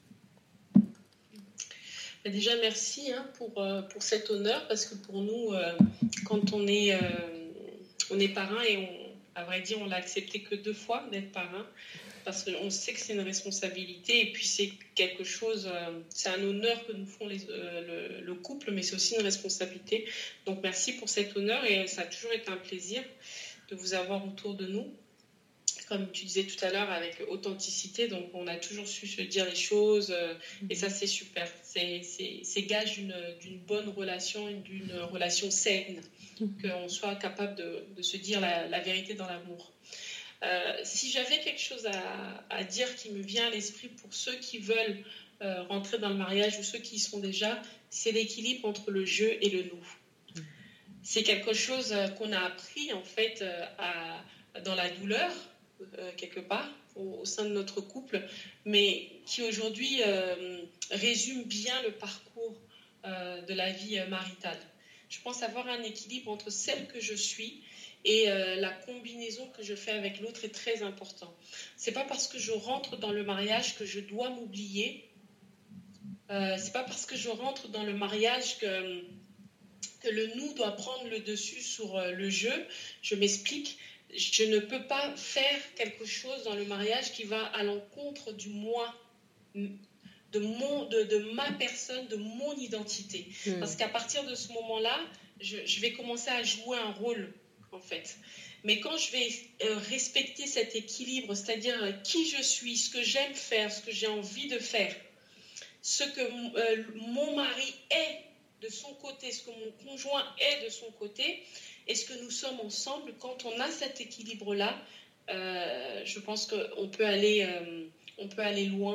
Déjà, merci hein, pour, euh, pour cet honneur, parce que pour nous, euh, quand on est, euh, on est parrain, et on, à vrai dire, on l'a accepté que deux fois d'être parrain, parce qu'on sait que c'est une responsabilité, et puis c'est quelque chose, euh, c'est un honneur que nous font les, euh, le, le couple, mais c'est aussi une responsabilité. Donc merci pour cet honneur, et ça a toujours été un plaisir de vous avoir autour de nous. Comme tu disais tout à l'heure, avec authenticité, donc on a toujours su se dire les choses, euh, et ça c'est super. C'est, c'est, c'est gage d'une, d'une bonne relation, d'une relation saine, qu'on soit capable de, de se dire la, la vérité dans l'amour. Euh, si j'avais quelque chose à, à dire qui me vient à l'esprit pour ceux qui veulent euh, rentrer dans le mariage ou ceux qui y sont déjà, c'est l'équilibre entre le je et le nous. C'est quelque chose qu'on a appris en fait à, dans la douleur, Euh, quelque part au, au sein de notre couple, mais qui aujourd'hui euh, résume bien le parcours euh, de la vie maritale. Je pense avoir un équilibre entre celle que je suis et euh, la combinaison que je fais avec l'autre est très important. C'est pas parce que je rentre dans le mariage que je dois m'oublier. Euh, c'est pas parce que je rentre dans le mariage que, que le nous doit prendre le dessus sur euh, le je. Je m'explique. Je ne peux pas faire quelque chose dans le mariage qui va à l'encontre du moi, de, mon, de, de ma personne, de mon identité. Mmh. Parce qu'à partir de ce moment-là, je, je vais commencer à jouer un rôle, en fait. Mais quand je vais euh, respecter cet équilibre, c'est-à-dire euh, qui je suis, ce que j'aime faire, ce que j'ai envie de faire, ce que euh, mon mari est de son côté, ce que mon conjoint est de son côté, et ce que nous sommes ensemble, quand on a cet équilibre-là, euh, je pense qu'on peut aller, euh, on peut aller loin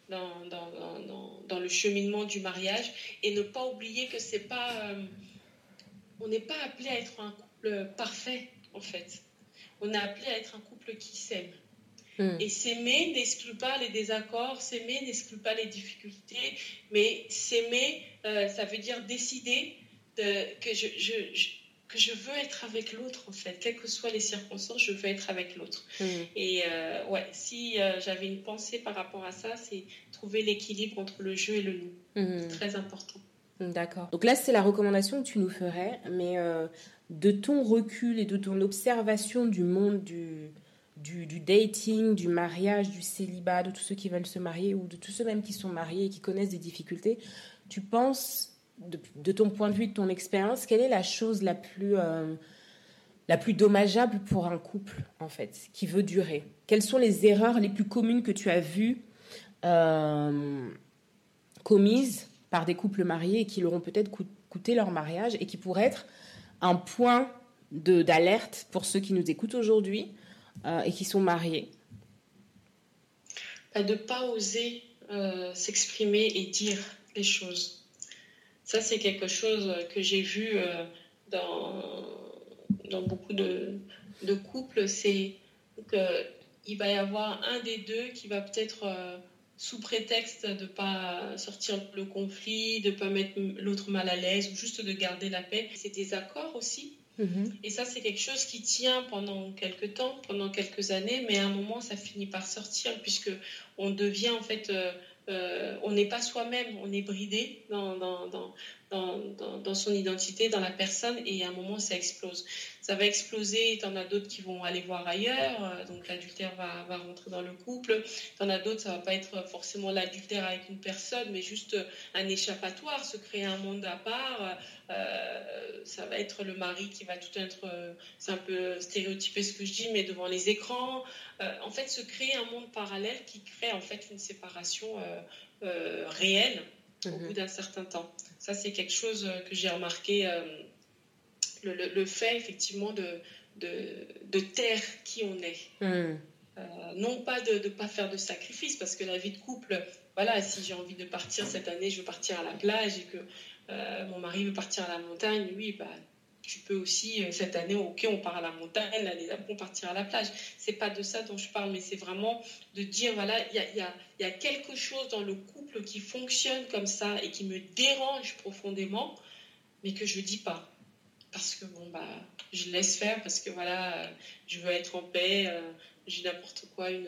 dans, dans, dans, dans, dans le cheminement du mariage et ne pas oublier que c'est pas, euh, on n'est pas appelé à être un couple parfait en fait. On est appelé à être un couple qui s'aime. Mmh. Et s'aimer n'exclut pas les désaccords, s'aimer n'exclut pas les difficultés, mais s'aimer, euh, ça veut dire décider de, que, je, je, je, que je veux être avec l'autre, en fait. Quelles que soient les circonstances, je veux être avec l'autre. Mmh. Et euh, ouais, si euh, j'avais une pensée par rapport à ça, c'est trouver l'équilibre entre le je et le nous. Mmh. C'est très important. D'accord. Donc là, c'est la recommandation que tu nous ferais, mais euh, de ton recul et de ton observation du monde du... Du, du dating, du mariage, du célibat, de tous ceux qui veulent se marier ou de tous ceux même qui sont mariés et qui connaissent des difficultés, tu penses, de, de ton point de vue, de ton expérience, quelle est la chose la plus, euh, la plus dommageable pour un couple, en fait, qui veut durer? Quelles sont les erreurs les plus communes que tu as vues euh, commises par des couples mariés et qui leur ont peut-être coûté leur mariage et qui pourraient être un point de, d'alerte pour ceux qui nous écoutent aujourd'hui Euh, et qui sont mariés? De ne pas oser euh, s'exprimer et dire les choses. Ça, c'est quelque chose que j'ai vu euh, dans, dans beaucoup de, de couples. C'est qu'il va y avoir un des deux qui va peut-être, euh, sous prétexte de ne pas sortir le conflit, de ne pas mettre l'autre mal à l'aise ou juste de garder la paix. C'est des accords aussi. Mmh. Et ça, c'est quelque chose qui tient pendant quelques temps, pendant quelques années, mais à un moment, ça finit par sortir puisque on devient en fait, euh, euh, on n'est pas soi-même, on est bridé dans, dans, dans, dans, dans, dans son identité, dans la personne, et à un moment, ça explose. Ça va exploser, t'en as d'autres qui vont aller voir ailleurs, donc l'adultère va, va rentrer dans le couple. T'en as d'autres, ça va pas être forcément l'adultère avec une personne, mais juste un échappatoire, se créer un monde à part. Euh, ça va être le mari qui va tout être, euh, c'est un peu stéréotypé ce que je dis, mais devant les écrans. Euh, en fait, se créer un monde parallèle qui crée en fait une séparation euh, euh, réelle mmh. au bout d'un certain temps. Ça, c'est quelque chose que j'ai remarqué. Euh, Le, le, le fait effectivement de, de, de taire qui on est. Mmh. Euh, non pas de ne pas faire de sacrifices, parce que la vie de couple, voilà, si j'ai envie de partir cette année, je veux partir à la plage et que euh, mon mari veut partir à la montagne, oui, bah, tu peux aussi, cette année, ok, on part à la montagne, l'année d'après, on partira à la plage. C'est pas de ça dont je parle, mais c'est vraiment de dire, voilà, il y a, y a, y a quelque chose dans le couple qui fonctionne comme ça et qui me dérange profondément, mais que je dis pas. Parce que bon, bah, je laisse faire, parce que voilà, je veux être en paix, euh, j'ai n'importe quoi, une,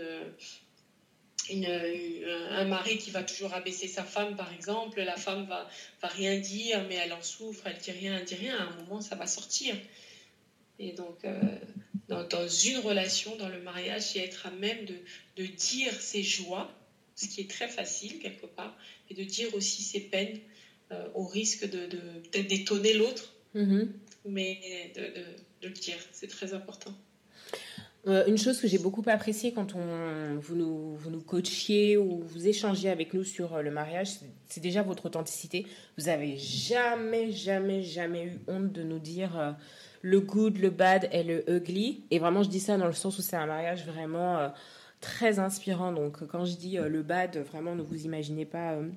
une, une, un mari qui va toujours abaisser sa femme, par exemple, la femme va, va rien dire, mais elle en souffre, elle dit rien, elle dit rien, à un moment, ça va sortir. Et donc, euh, dans, dans une relation, dans le mariage, c'est être à même de, de dire ses joies, ce qui est très facile, quelque part, et de dire aussi ses peines, euh, au risque de, de peut-être d'étonner l'autre. Mmh. Mais de, de, de le dire, c'est très important. Euh, une chose que j'ai beaucoup appréciée quand on, vous, nous, vous nous coachiez ou vous échangez avec nous sur le mariage, c'est, c'est déjà votre authenticité. Vous n'avez jamais, jamais, jamais eu honte de nous dire euh, le good, le bad et le ugly. Et vraiment, je dis ça dans le sens où c'est un mariage vraiment euh, très inspirant. Donc, quand je dis euh, le bad, vraiment, ne vous imaginez pas euh,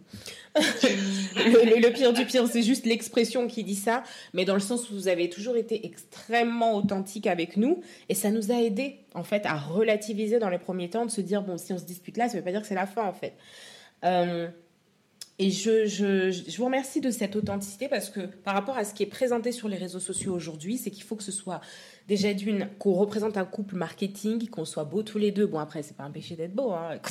le, le, le pire du pire. C'est juste l'expression qui dit ça. Mais dans le sens où vous avez toujours été extrêmement authentique avec nous. Et ça nous a aidé, en fait, à relativiser dans les premiers temps, de se dire, bon, si on se dispute là, ça ne veut pas dire que c'est la fin, en fait. Euh, et je, je, je vous remercie de cette authenticité parce que par rapport à ce qui est présenté sur les réseaux sociaux aujourd'hui, c'est qu'il faut que ce soit déjà d'une, qu'on représente un couple marketing, qu'on soit beaux tous les deux. Bon, après, c'est pas un péché d'être beau, hein.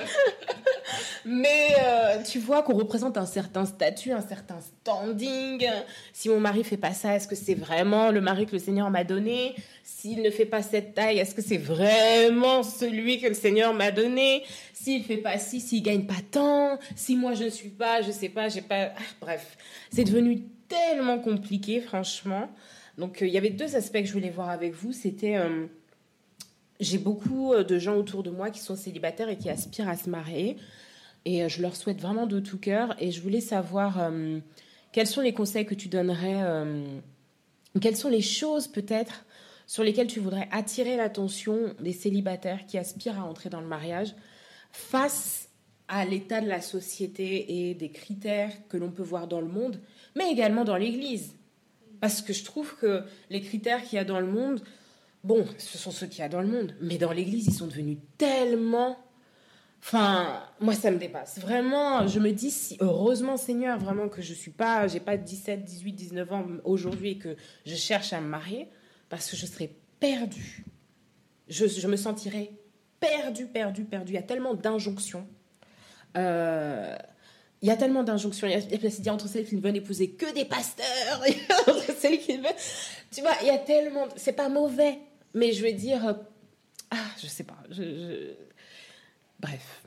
Mais euh, tu vois, qu'on représente un certain statut, un certain standing. Si mon mari fait pas ça, est-ce que c'est vraiment le mari que le Seigneur m'a donné? S'il ne fait pas cette taille, est-ce que c'est vraiment celui que le Seigneur m'a donné? S'il fait pas ci, s'il gagne pas tant, si moi je ne suis pas, je sais pas, j'ai pas... Ah, bref, c'est devenu tellement compliqué, franchement. Donc, euh, il y avait deux aspects que je voulais voir avec vous. C'était... Euh, j'ai beaucoup de gens autour de moi qui sont célibataires et qui aspirent à se marier. Et je leur souhaite vraiment de tout cœur. Et je voulais savoir euh, quels sont les conseils que tu donnerais, euh, quelles sont les choses peut-être sur lesquelles tu voudrais attirer l'attention des célibataires qui aspirent à entrer dans le mariage face à l'état de la société et des critères que l'on peut voir dans le monde, mais également dans l'Église. Parce que je trouve que les critères qu'il y a dans le monde, bon, ce sont ceux qu'il y a dans le monde, mais dans l'Église, ils sont devenus tellement... Enfin, moi, ça me dépasse. Vraiment, je me dis, si, heureusement, Seigneur, vraiment que je suis pas, j'ai pas dix-sept, dix-huit, dix-neuf ans aujourd'hui et que je cherche à me marier, parce que je serais perdue. Je, je me sentirais perdue, perdue, perdue. Il y a tellement d'injonctions. Euh, il y a tellement d'injonctions. Il y a, il y a entre celles qui ne veulent épouser que des pasteurs, et entre celles qui ne veulent... Tu vois, il y a tellement... C'est pas mauvais, mais je veux dire... Euh, ah, je sais pas. Je... je... Bref.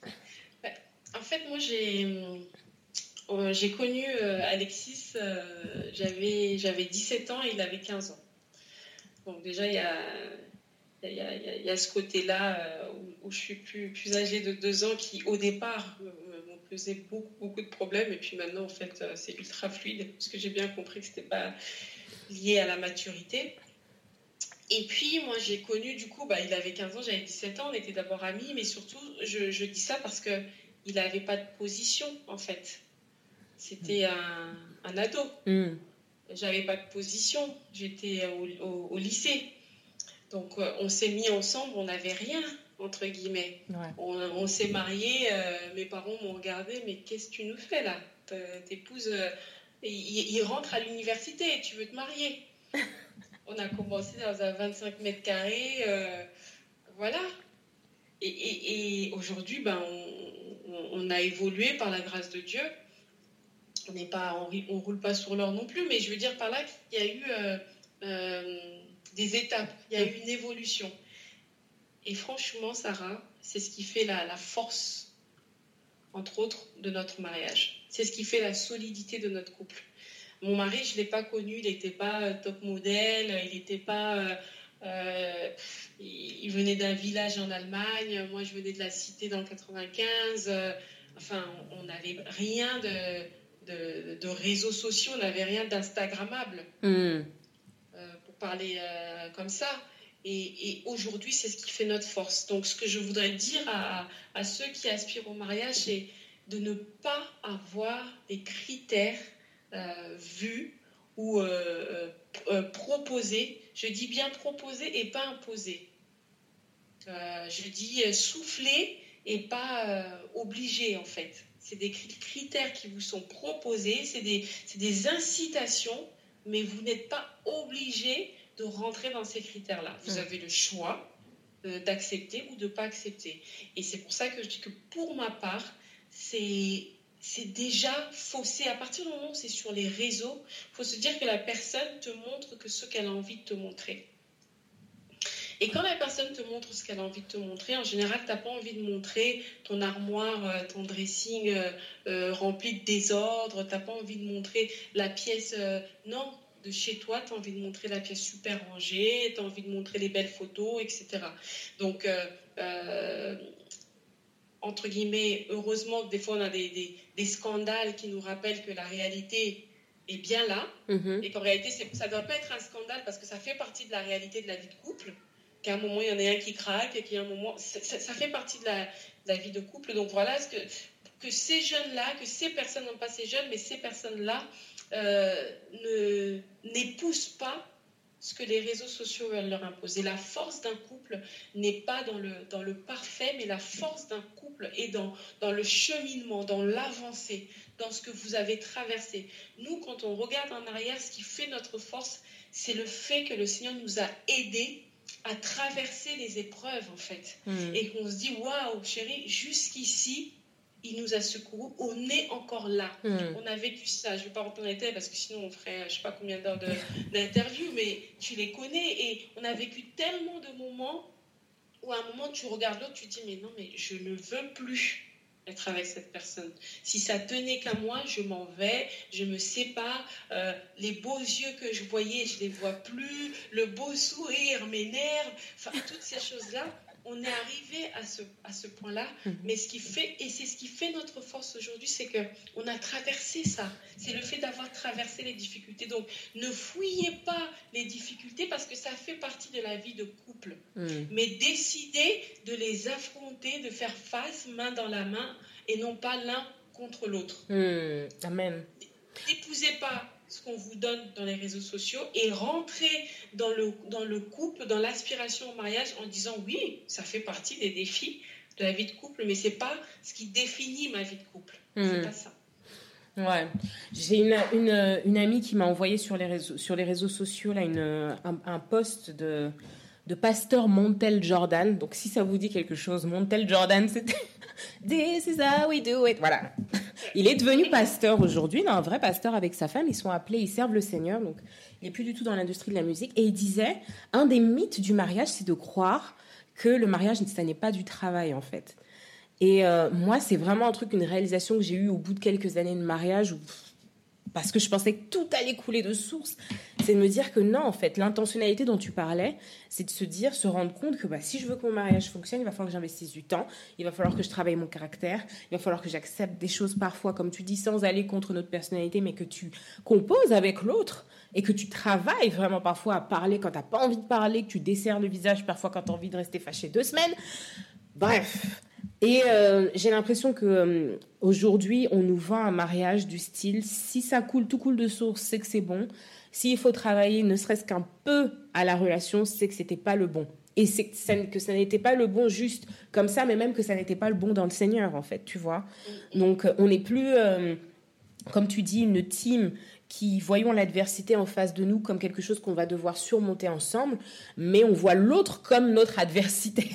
En fait, moi, j'ai, euh, j'ai connu euh, Alexis, euh, j'avais, j'avais dix-sept ans et il avait quinze ans. Donc déjà, il y a, il y a, il y a, il y a ce côté-là euh, où, où je suis plus, plus âgée de deux ans qui, au départ, m'ont posé beaucoup, beaucoup de problèmes. Et puis maintenant, en fait, c'est ultra fluide parce que j'ai bien compris que ce n'était pas lié à la maturité. Et puis, moi, j'ai connu, du coup, bah, il avait quinze ans, j'avais dix-sept ans, on était d'abord amis, mais surtout, je, je dis ça parce qu'il n'avait pas de position, en fait. C'était un, un ado. Mm. J'avais pas de position, j'étais au, au, au lycée. Donc, euh, on s'est mis ensemble, on n'avait rien, entre guillemets. Ouais. On, on s'est mariés, euh, mes parents m'ont regardé, mais qu'est-ce que tu nous fais, là ? T'épouses, euh, il, il rentre à l'université et tu veux te marier. On a commencé dans un vingt-cinq mètres carrés, euh, voilà. Et, et, et aujourd'hui, ben, on, on, on a évolué par la grâce de Dieu. On n'est pas, on, on roule pas sur l'or non plus, mais je veux dire par là qu'il y a eu euh, euh, des étapes, il y a eu une évolution. Et franchement, Sarah, c'est ce qui fait la, la force, entre autres, de notre mariage. C'est ce qui fait la solidité de notre couple. Mon mari, je ne l'ai pas connu, il n'était pas top modèle, il n'était pas... Euh, euh, il venait d'un village en Allemagne, moi je venais de la cité dans le quatre-vingt-quinze. Euh, enfin, on n'avait rien de, de, de réseaux sociaux, on n'avait rien d'instagrammable, mm. euh, pour parler euh, comme ça. Et, et aujourd'hui, c'est ce qui fait notre force. Donc, ce que je voudrais dire à, à ceux qui aspirent au mariage, c'est de ne pas avoir des critères Euh, vu ou euh, euh, proposé. Je dis bien proposé et pas imposé. Euh, je dis euh, soufflé et pas euh, obligé, en fait. C'est des critères qui vous sont proposés, c'est des, c'est des incitations, mais vous n'êtes pas obligé de rentrer dans ces critères-là. Vous avez le choix euh, d'accepter ou de ne pas accepter. Et c'est pour ça que je dis que pour ma part, c'est... c'est déjà faussé. À partir du moment où c'est sur les réseaux, il faut se dire que la personne te montre que ce qu'elle a envie de te montrer. Et quand la personne te montre ce qu'elle a envie de te montrer, en général, tu n'as pas envie de montrer ton armoire, ton dressing euh, rempli de désordre, tu n'as pas envie de montrer la pièce... Euh, non, de chez toi, tu as envie de montrer la pièce super rangée, tu as envie de montrer les belles photos, et cetera. Donc... Euh, euh, entre guillemets, heureusement que des fois on a des, des, des scandales qui nous rappellent que la réalité est bien là, mm-hmm. et qu'en réalité c'est, ça ne doit pas être un scandale parce que ça fait partie de la réalité de la vie de couple, qu'à un moment il y en a un qui craque et qu'il y a un moment, ça, ça, ça fait partie de la, de la vie de couple. Donc voilà, ce que, que ces jeunes-là, que ces personnes, non pas ces jeunes, mais ces personnes-là euh, ne, n'épousent pas ce que les réseaux sociaux veulent leur imposer. La force d'un couple n'est pas dans le, dans le parfait, mais la force d'un couple est dans, dans le cheminement, dans l'avancée, dans ce que vous avez traversé. Nous, quand on regarde en arrière, ce qui fait notre force, c'est le fait que le Seigneur nous a aidés à traverser les épreuves, en fait. Mmh. Et qu'on se dit, waouh, chérie, jusqu'ici, il nous a secourus, on est encore là. Mmh. On a vécu ça. Je ne vais pas rentrer dans les détails parce que sinon on ferait je ne sais pas combien d'heures de, d'interview, mais tu les connais et on a vécu tellement de moments où à un moment tu regardes l'autre, tu te dis mais non, mais je ne veux plus être avec cette personne. Si ça tenait qu'à moi, je m'en vais, je me sépare. Euh, les beaux yeux que je voyais, je ne les vois plus. Le beau sourire m'énerve. Enfin, toutes ces choses-là. On est arrivé à ce, à ce point-là, mmh. mais ce qui fait, et c'est ce qui fait notre force aujourd'hui, c'est qu'on a traversé ça. C'est le fait d'avoir traversé les difficultés. Donc, ne fouillez pas les difficultés parce que ça fait partie de la vie de couple. Mmh. Mais décidez de les affronter, de faire face, main dans la main, et non pas l'un contre l'autre. Mmh. Amen. N'épousez pas ce qu'on vous donne dans les réseaux sociaux et rentrez dans le, dans le couple, dans l'aspiration au mariage en disant oui, ça fait partie des défis de la vie de couple, mais c'est pas ce qui définit ma vie de couple. Mmh. C'est pas ça. Ouais, j'ai une, une, une amie qui m'a envoyé sur les réseaux, sur les réseaux sociaux là, une, un, un post de, de pasteur Montel Jordan. Donc si ça vous dit quelque chose, Montel Jordan, c'était This is how we do it. Voilà. Il est devenu pasteur aujourd'hui, un vrai pasteur avec sa femme. Ils sont appelés, ils servent le Seigneur. Donc il n'est plus du tout dans l'industrie de la musique. Et il disait, un des mythes du mariage, c'est de croire que le mariage, ça n'est pas du travail en fait. Et euh, moi, c'est vraiment un truc, une réalisation que j'ai eue au bout de quelques années de mariage, où, parce que je pensais que tout allait couler de source. C'est de me dire que non, en fait, l'intentionnalité dont tu parlais, c'est de se dire, se rendre compte que bah, si je veux que mon mariage fonctionne, il va falloir que j'investisse du temps, il va falloir que je travaille mon caractère, il va falloir que j'accepte des choses parfois, comme tu dis, sans aller contre notre personnalité, mais que tu composes avec l'autre et que tu travailles vraiment parfois à parler quand tu n'as pas envie de parler, que tu desserres le visage parfois quand tu as envie de rester fâché deux semaines. Bref. Et euh, j'ai l'impression que euh, aujourd'hui, on nous vend un mariage du style si ça coule, tout coule de source, c'est que c'est bon. S'il faut travailler, ne serait-ce qu'un peu à la relation, c'est que c'était pas le bon. Et c'est que ça, que ça n'était pas le bon juste comme ça, mais même que ça n'était pas le bon dans le Seigneur, en fait, tu vois. Donc, on n'est plus, euh, comme tu dis, une team qui voyons l'adversité en face de nous comme quelque chose qu'on va devoir surmonter ensemble, mais on voit l'autre comme notre adversité.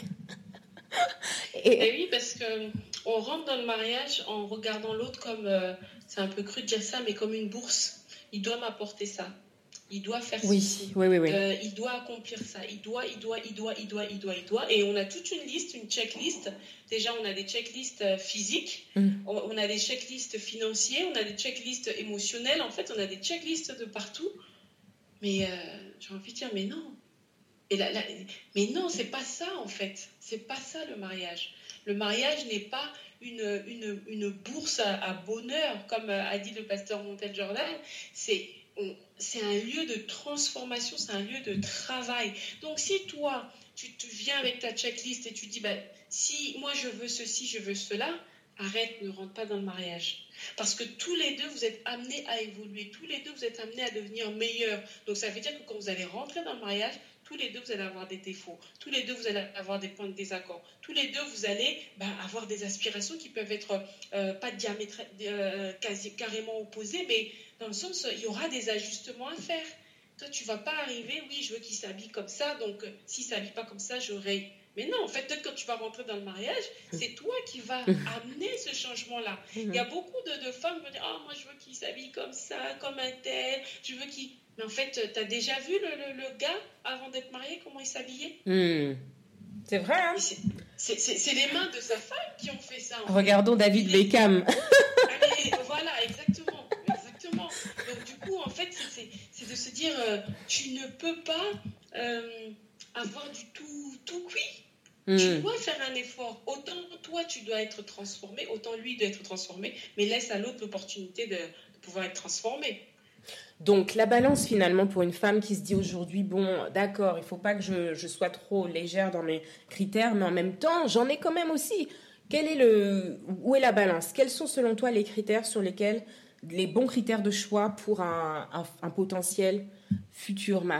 Et... Et oui, parce qu'on rentre dans le mariage en regardant l'autre comme, euh, c'est un peu cru de dire ça, mais comme une bourse. Il doit m'apporter ça. Il doit faire oui, ceci. Oui, oui, oui. Euh, il doit accomplir ça. Il doit, il doit, il doit, il doit, il doit, il doit. Et on a toute une liste, une checklist. Déjà, on a des checklists physiques, mm. on, on a des checklists financiers, on a des checklists émotionnelles. En fait, on a des checklists de partout. Mais euh, j'ai envie de dire, mais non. Et là, là, mais non, c'est pas ça en fait. C'est pas ça le mariage. Le mariage n'est pas une, une, une bourse à, à bonheur, comme a dit le pasteur Montel Jordan. C'est, on, c'est un lieu de transformation, c'est un lieu de travail. Donc si toi, tu te viens avec ta checklist et tu dis, bah, si moi je veux ceci, je veux cela, arrête, ne rentre pas dans le mariage. Parce que tous les deux, vous êtes amenés à évoluer. Tous les deux, vous êtes amenés à devenir meilleurs. Donc ça veut dire que quand vous allez rentrer dans le mariage, tous les deux, vous allez avoir des défauts. Tous les deux, vous allez avoir des points de désaccord. Tous les deux, vous allez bah, avoir des aspirations qui peuvent être euh, pas diamétra- euh, quasi, carrément opposées, mais dans le sens, il y aura des ajustements à faire. Toi, tu ne vas pas arriver, oui, je veux qu'il s'habille comme ça, donc euh, s'il ne s'habille pas comme ça, j'aurai... Mais non, en fait, peut-être quand tu vas rentrer dans le mariage, c'est toi qui vas amener ce changement-là. Il y a beaucoup de, de femmes qui vont dire « Ah, oh, moi, je veux qu'il s'habille comme ça, comme un tel, je veux qu'il... » Mais en fait, tu as déjà vu le, le, le gars, avant d'être marié, comment il s'habillait ? mmh. C'est vrai, hein ? c'est, c'est, c'est, c'est les mains de sa femme qui ont fait ça. Regardons fait. David il Beckham. Allez, voilà, exactement, exactement. Donc, du coup, en fait, c'est, c'est, c'est de se dire, euh, tu ne peux pas euh, avoir du tout, tout cuit. Mmh. Tu dois faire un effort. Autant toi, tu dois être transformé, autant lui doit être transformé, mais laisse à l'autre l'opportunité de, de pouvoir être transformé. Donc, la balance, finalement, pour une femme qui se dit aujourd'hui, bon, d'accord, il ne faut pas que je, je sois trop légère dans mes critères, mais en même temps, j'en ai quand même aussi. Quel est le, où est la balance ? Quels sont, selon toi, les critères sur lesquels, les bons critères de choix pour un, un, un potentiel futur mari ?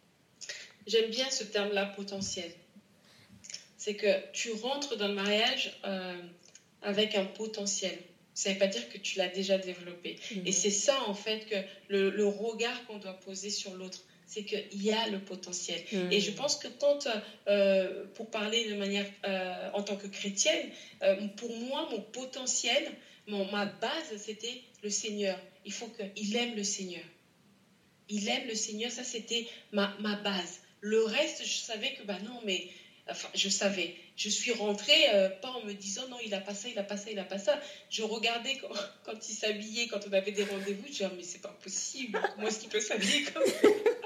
J'aime bien ce terme-là, potentiel. C'est que tu rentres dans le mariage euh, avec un potentiel. Ça ne veut pas dire que tu l'as déjà développé. Mmh. Et c'est ça, en fait, que le, le regard qu'on doit poser sur l'autre, c'est qu'il y a le potentiel. Mmh. Et je pense que quand, euh, pour parler de manière, euh, en tant que chrétienne, euh, pour moi, mon potentiel, mon, ma base, c'était le Seigneur. Il faut qu'il aime le Seigneur. Il aime le Seigneur, ça, c'était ma, ma base. Le reste, je savais que, bah non, mais... Enfin, je savais. Je suis rentrée, euh, pas en me disant non, il n'a pas ça, il n'a pas ça, il n'a pas ça. Je regardais quand, quand il s'habillait, quand on avait des rendez-vous, je disais, oh, mais c'est pas possible, comment est-ce qu'il peut s'habiller comme ça ?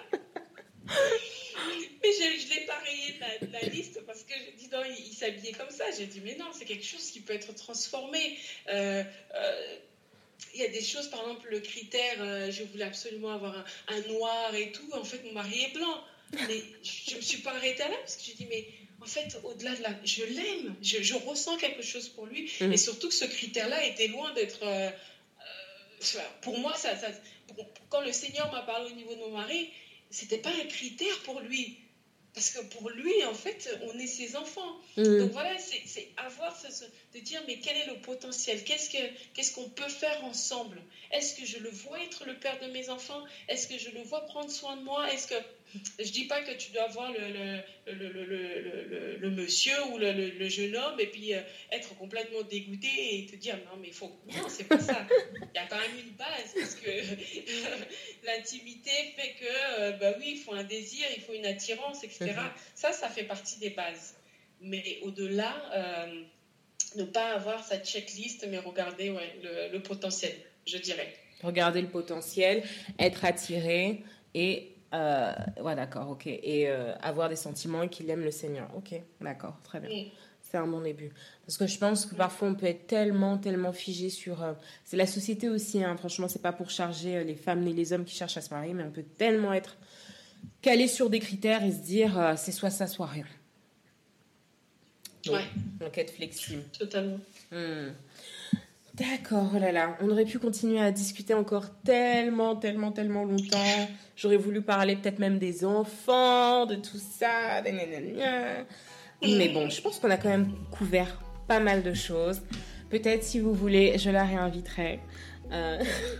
Mais je ne l'ai pas rayé de la, de la liste parce que j'ai dit non, il, il s'habillait comme ça. J'ai dit, mais non, c'est quelque chose qui peut être transformé. Euh, euh, il y a des choses, par exemple, le critère, euh, je voulais absolument avoir un, un noir et tout. En fait, mon mari est blanc. Mais je ne me suis pas arrêtée là parce que j'ai dit, mais en fait, au-delà de la... Je l'aime, je, je ressens quelque chose pour lui. Mmh. Et surtout que ce critère-là était loin d'être... Euh, euh, pour moi, ça, ça, pour, quand le Seigneur m'a parlé au niveau de mon mari, c'était pas un critère pour lui. Parce que pour lui, en fait, on est ses enfants. Mmh. Donc voilà, c'est, c'est avoir ce, ce, de dire, mais quel est le potentiel ? Qu'est-ce, que, qu'est-ce qu'on peut faire ensemble ? Est-ce que je le vois être le père de mes enfants ? Est-ce que je le vois prendre soin de moi ? Est-ce que... Je dis pas que tu dois voir le, le, le, le, le, le, le monsieur ou le, le, le jeune homme et puis euh, être complètement dégoûté et te dire, non, mais il faut... Non, c'est pas ça. Il y a quand même une base parce que l'intimité fait que, euh, bah oui, il faut un désir, il faut une attirance, et cetera. Mm-hmm. Ça, ça fait partie des bases. Mais au-delà, euh, ne pas avoir sa checklist, mais regarder ouais, le, le potentiel, je dirais. Regarder le potentiel, être attiré et... Euh, ouais, d'accord, ok. Et euh, avoir des sentiments et qu'il aime le Seigneur. Ok, d'accord, très bien. Mm. C'est un bon début. Parce que je pense que parfois on peut être tellement, tellement figé sur... Euh, c'est la société aussi, hein, franchement, c'est pas pour charger les femmes ni les hommes qui cherchent à se marier, mais on peut tellement être calé sur des critères et se dire euh, c'est soit ça, soit rien. Donc, ouais. Donc être flexible. Totalement. Mm. D'accord, oh là là, on aurait pu continuer à discuter encore tellement, tellement, tellement longtemps. J'aurais voulu parler peut-être même des enfants, de tout ça. Mais bon, je pense qu'on a quand même couvert pas mal de choses. Peut-être, si vous voulez, je la réinviterai. Euh...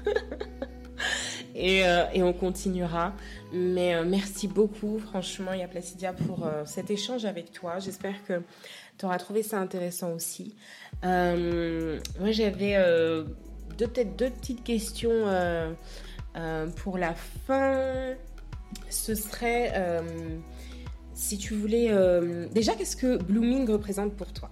et, euh, et on continuera. Mais euh, merci beaucoup, franchement, Ya Placidia, pour euh, cet échange avec toi. J'espère que tu auras trouvé ça intéressant aussi. Euh, moi, j'avais euh, deux, peut-être deux petites questions euh, euh, pour la fin. Ce serait, euh, si tu voulais... Euh, déjà, qu'est-ce que Blooming représente pour toi ?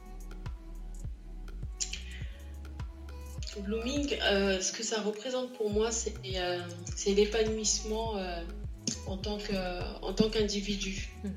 Blooming, euh, ce que ça représente pour moi, c'est, euh, c'est l'épanouissement euh, en tant que, en tant qu'individu. Mmh.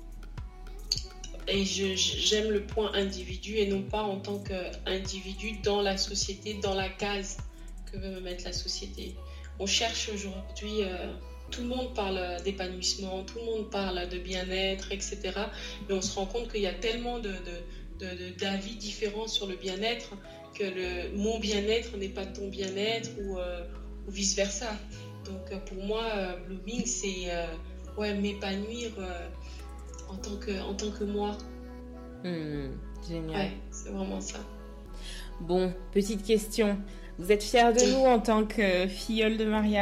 Et je, j'aime le point individu et non pas en tant qu'individu dans la société, dans la case que veut me mettre la société. On cherche aujourd'hui, euh, tout le monde parle d'épanouissement, tout le monde parle de bien-être, et cetera. Mais on se rend compte qu'il y a tellement de, de, de, de, d'avis différents sur le bien-être que le, mon bien-être n'est pas ton bien-être ou, euh, ou vice-versa. Donc pour moi, euh, Blooming, c'est euh, ouais, m'épanouir euh, en tant que, en tant que moi. Mmh, génial. Ouais, c'est vraiment ça. Bon, petite question. Vous êtes fiers de nous en tant que filleule de mariage ?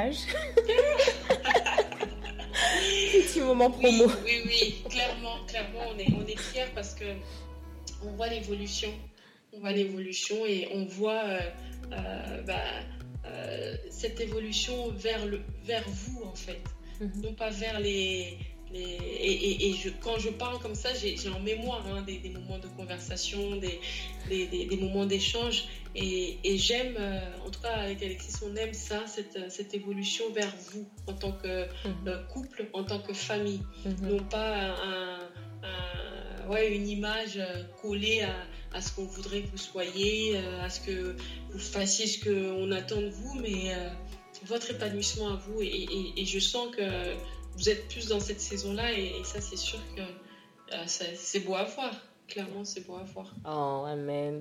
Petit moment promo. Oui, oui, oui, clairement, clairement, on est, on est fiers parce que on voit l'évolution. On voit l'évolution et on voit euh, euh, bah, euh, cette évolution vers, le, vers vous, en fait. Mm-hmm. Non pas vers les... les et et, et je, quand je parle comme ça, j'ai, j'ai en mémoire hein, des, des moments de conversation, des, des, des, des moments d'échange. Et, et j'aime, euh, en tout cas avec Alexis, on aime ça, cette, cette évolution vers vous, en tant que mm-hmm. couple, en tant que famille. Mm-hmm. Non pas un, un, ouais, une image collée à... à ce qu'on voudrait que vous soyez, euh, à ce que vous fassiez ce qu'on attend de vous, mais euh, votre épanouissement à vous. Et, et, et je sens que vous êtes plus dans cette saison-là et, et ça, c'est sûr que euh, ça, c'est beau à voir. Clairement, c'est beau à voir. Oh, amen.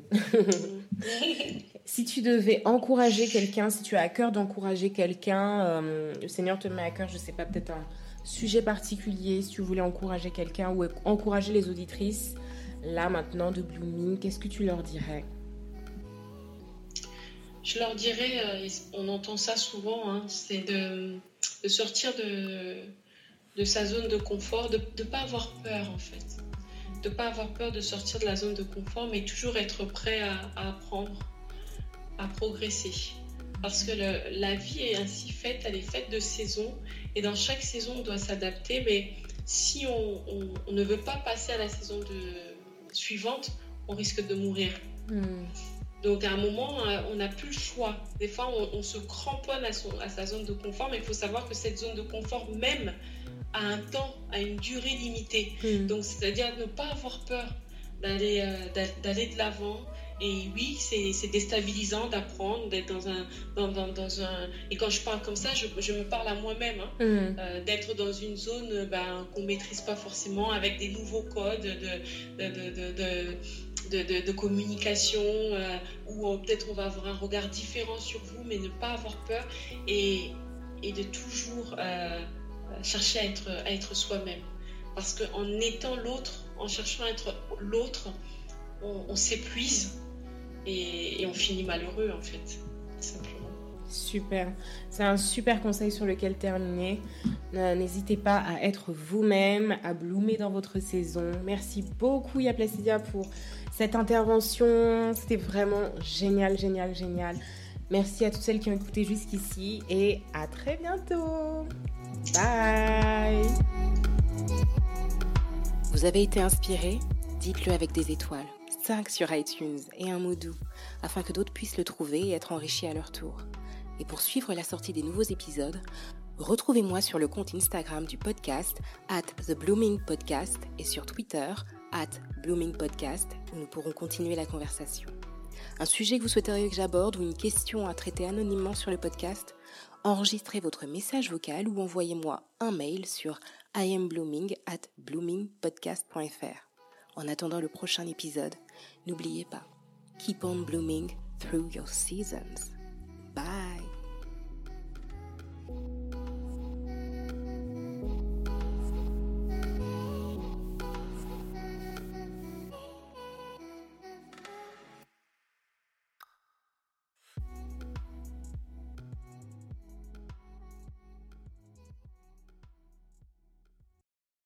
Si tu devais encourager quelqu'un, si tu as à cœur d'encourager quelqu'un, euh, le Seigneur te met à cœur, je ne sais pas, peut-être un sujet particulier, si tu voulais encourager quelqu'un ou encourager les auditrices, là, maintenant, de Blooming, qu'est-ce que tu leur dirais ? Je leur dirais, euh, on entend ça souvent, hein, c'est de, de sortir de, de sa zone de confort, de ne pas avoir peur, en fait. De ne pas avoir peur de sortir de la zone de confort, mais toujours être prêt à, à apprendre, à progresser. Parce que le, la vie est ainsi faite, elle est faite de saisons, et dans chaque saison, on doit s'adapter, mais si on, on, on ne veut pas passer à la saison de... suivante, on risque de mourir. Mm. Donc à un moment, on n'a plus le choix. Des fois, on, on se cramponne à, son, à sa zone de confort, mais il faut savoir que cette zone de confort même a un temps, a une durée limitée. Mm. Donc c'est-à-dire ne pas avoir peur d'aller, euh, d'aller de l'avant. Et oui, c'est, c'est déstabilisant d'apprendre, d'être dans un, dans, dans, dans un... Et quand je parle comme ça, je, je me parle à moi-même, hein, mmh. euh, d'être dans une zone ben, qu'on ne maîtrise pas forcément, avec des nouveaux codes de, de, de, de, de, de, de, de communication, euh, où on, peut-être on va avoir un regard différent sur vous, mais ne pas avoir peur, et, et de toujours euh, chercher à être, à être soi-même. Parce qu'en étant l'autre, en cherchant à être l'autre, on, on s'épuise. Et, et on finit malheureux, en fait, simplement. Super. C'est un super conseil sur lequel terminer. Euh, n'hésitez pas à être vous-même, à bloomer dans votre saison. Merci beaucoup, Yaplacidia, pour cette intervention. C'était vraiment génial, génial, génial. Merci à toutes celles qui ont écouté jusqu'ici et à très bientôt. Bye. Vous avez été inspiré ? Dites-le avec des étoiles. cinq sur iTunes et un mot doux, afin que d'autres puissent le trouver et être enrichis à leur tour. Et pour suivre la sortie des nouveaux épisodes, retrouvez-moi sur le compte Instagram du podcast arobase the blooming podcast et sur Twitter arobase blooming podcast où nous pourrons continuer la conversation. Un sujet que vous souhaiteriez que j'aborde ou une question à traiter anonymement sur le podcast, enregistrez votre message vocal ou envoyez-moi un mail sur iamblooming arobase blooming podcast point f r. En attendant le prochain épisode, n'oubliez pas, keep on blooming through your seasons. Bye!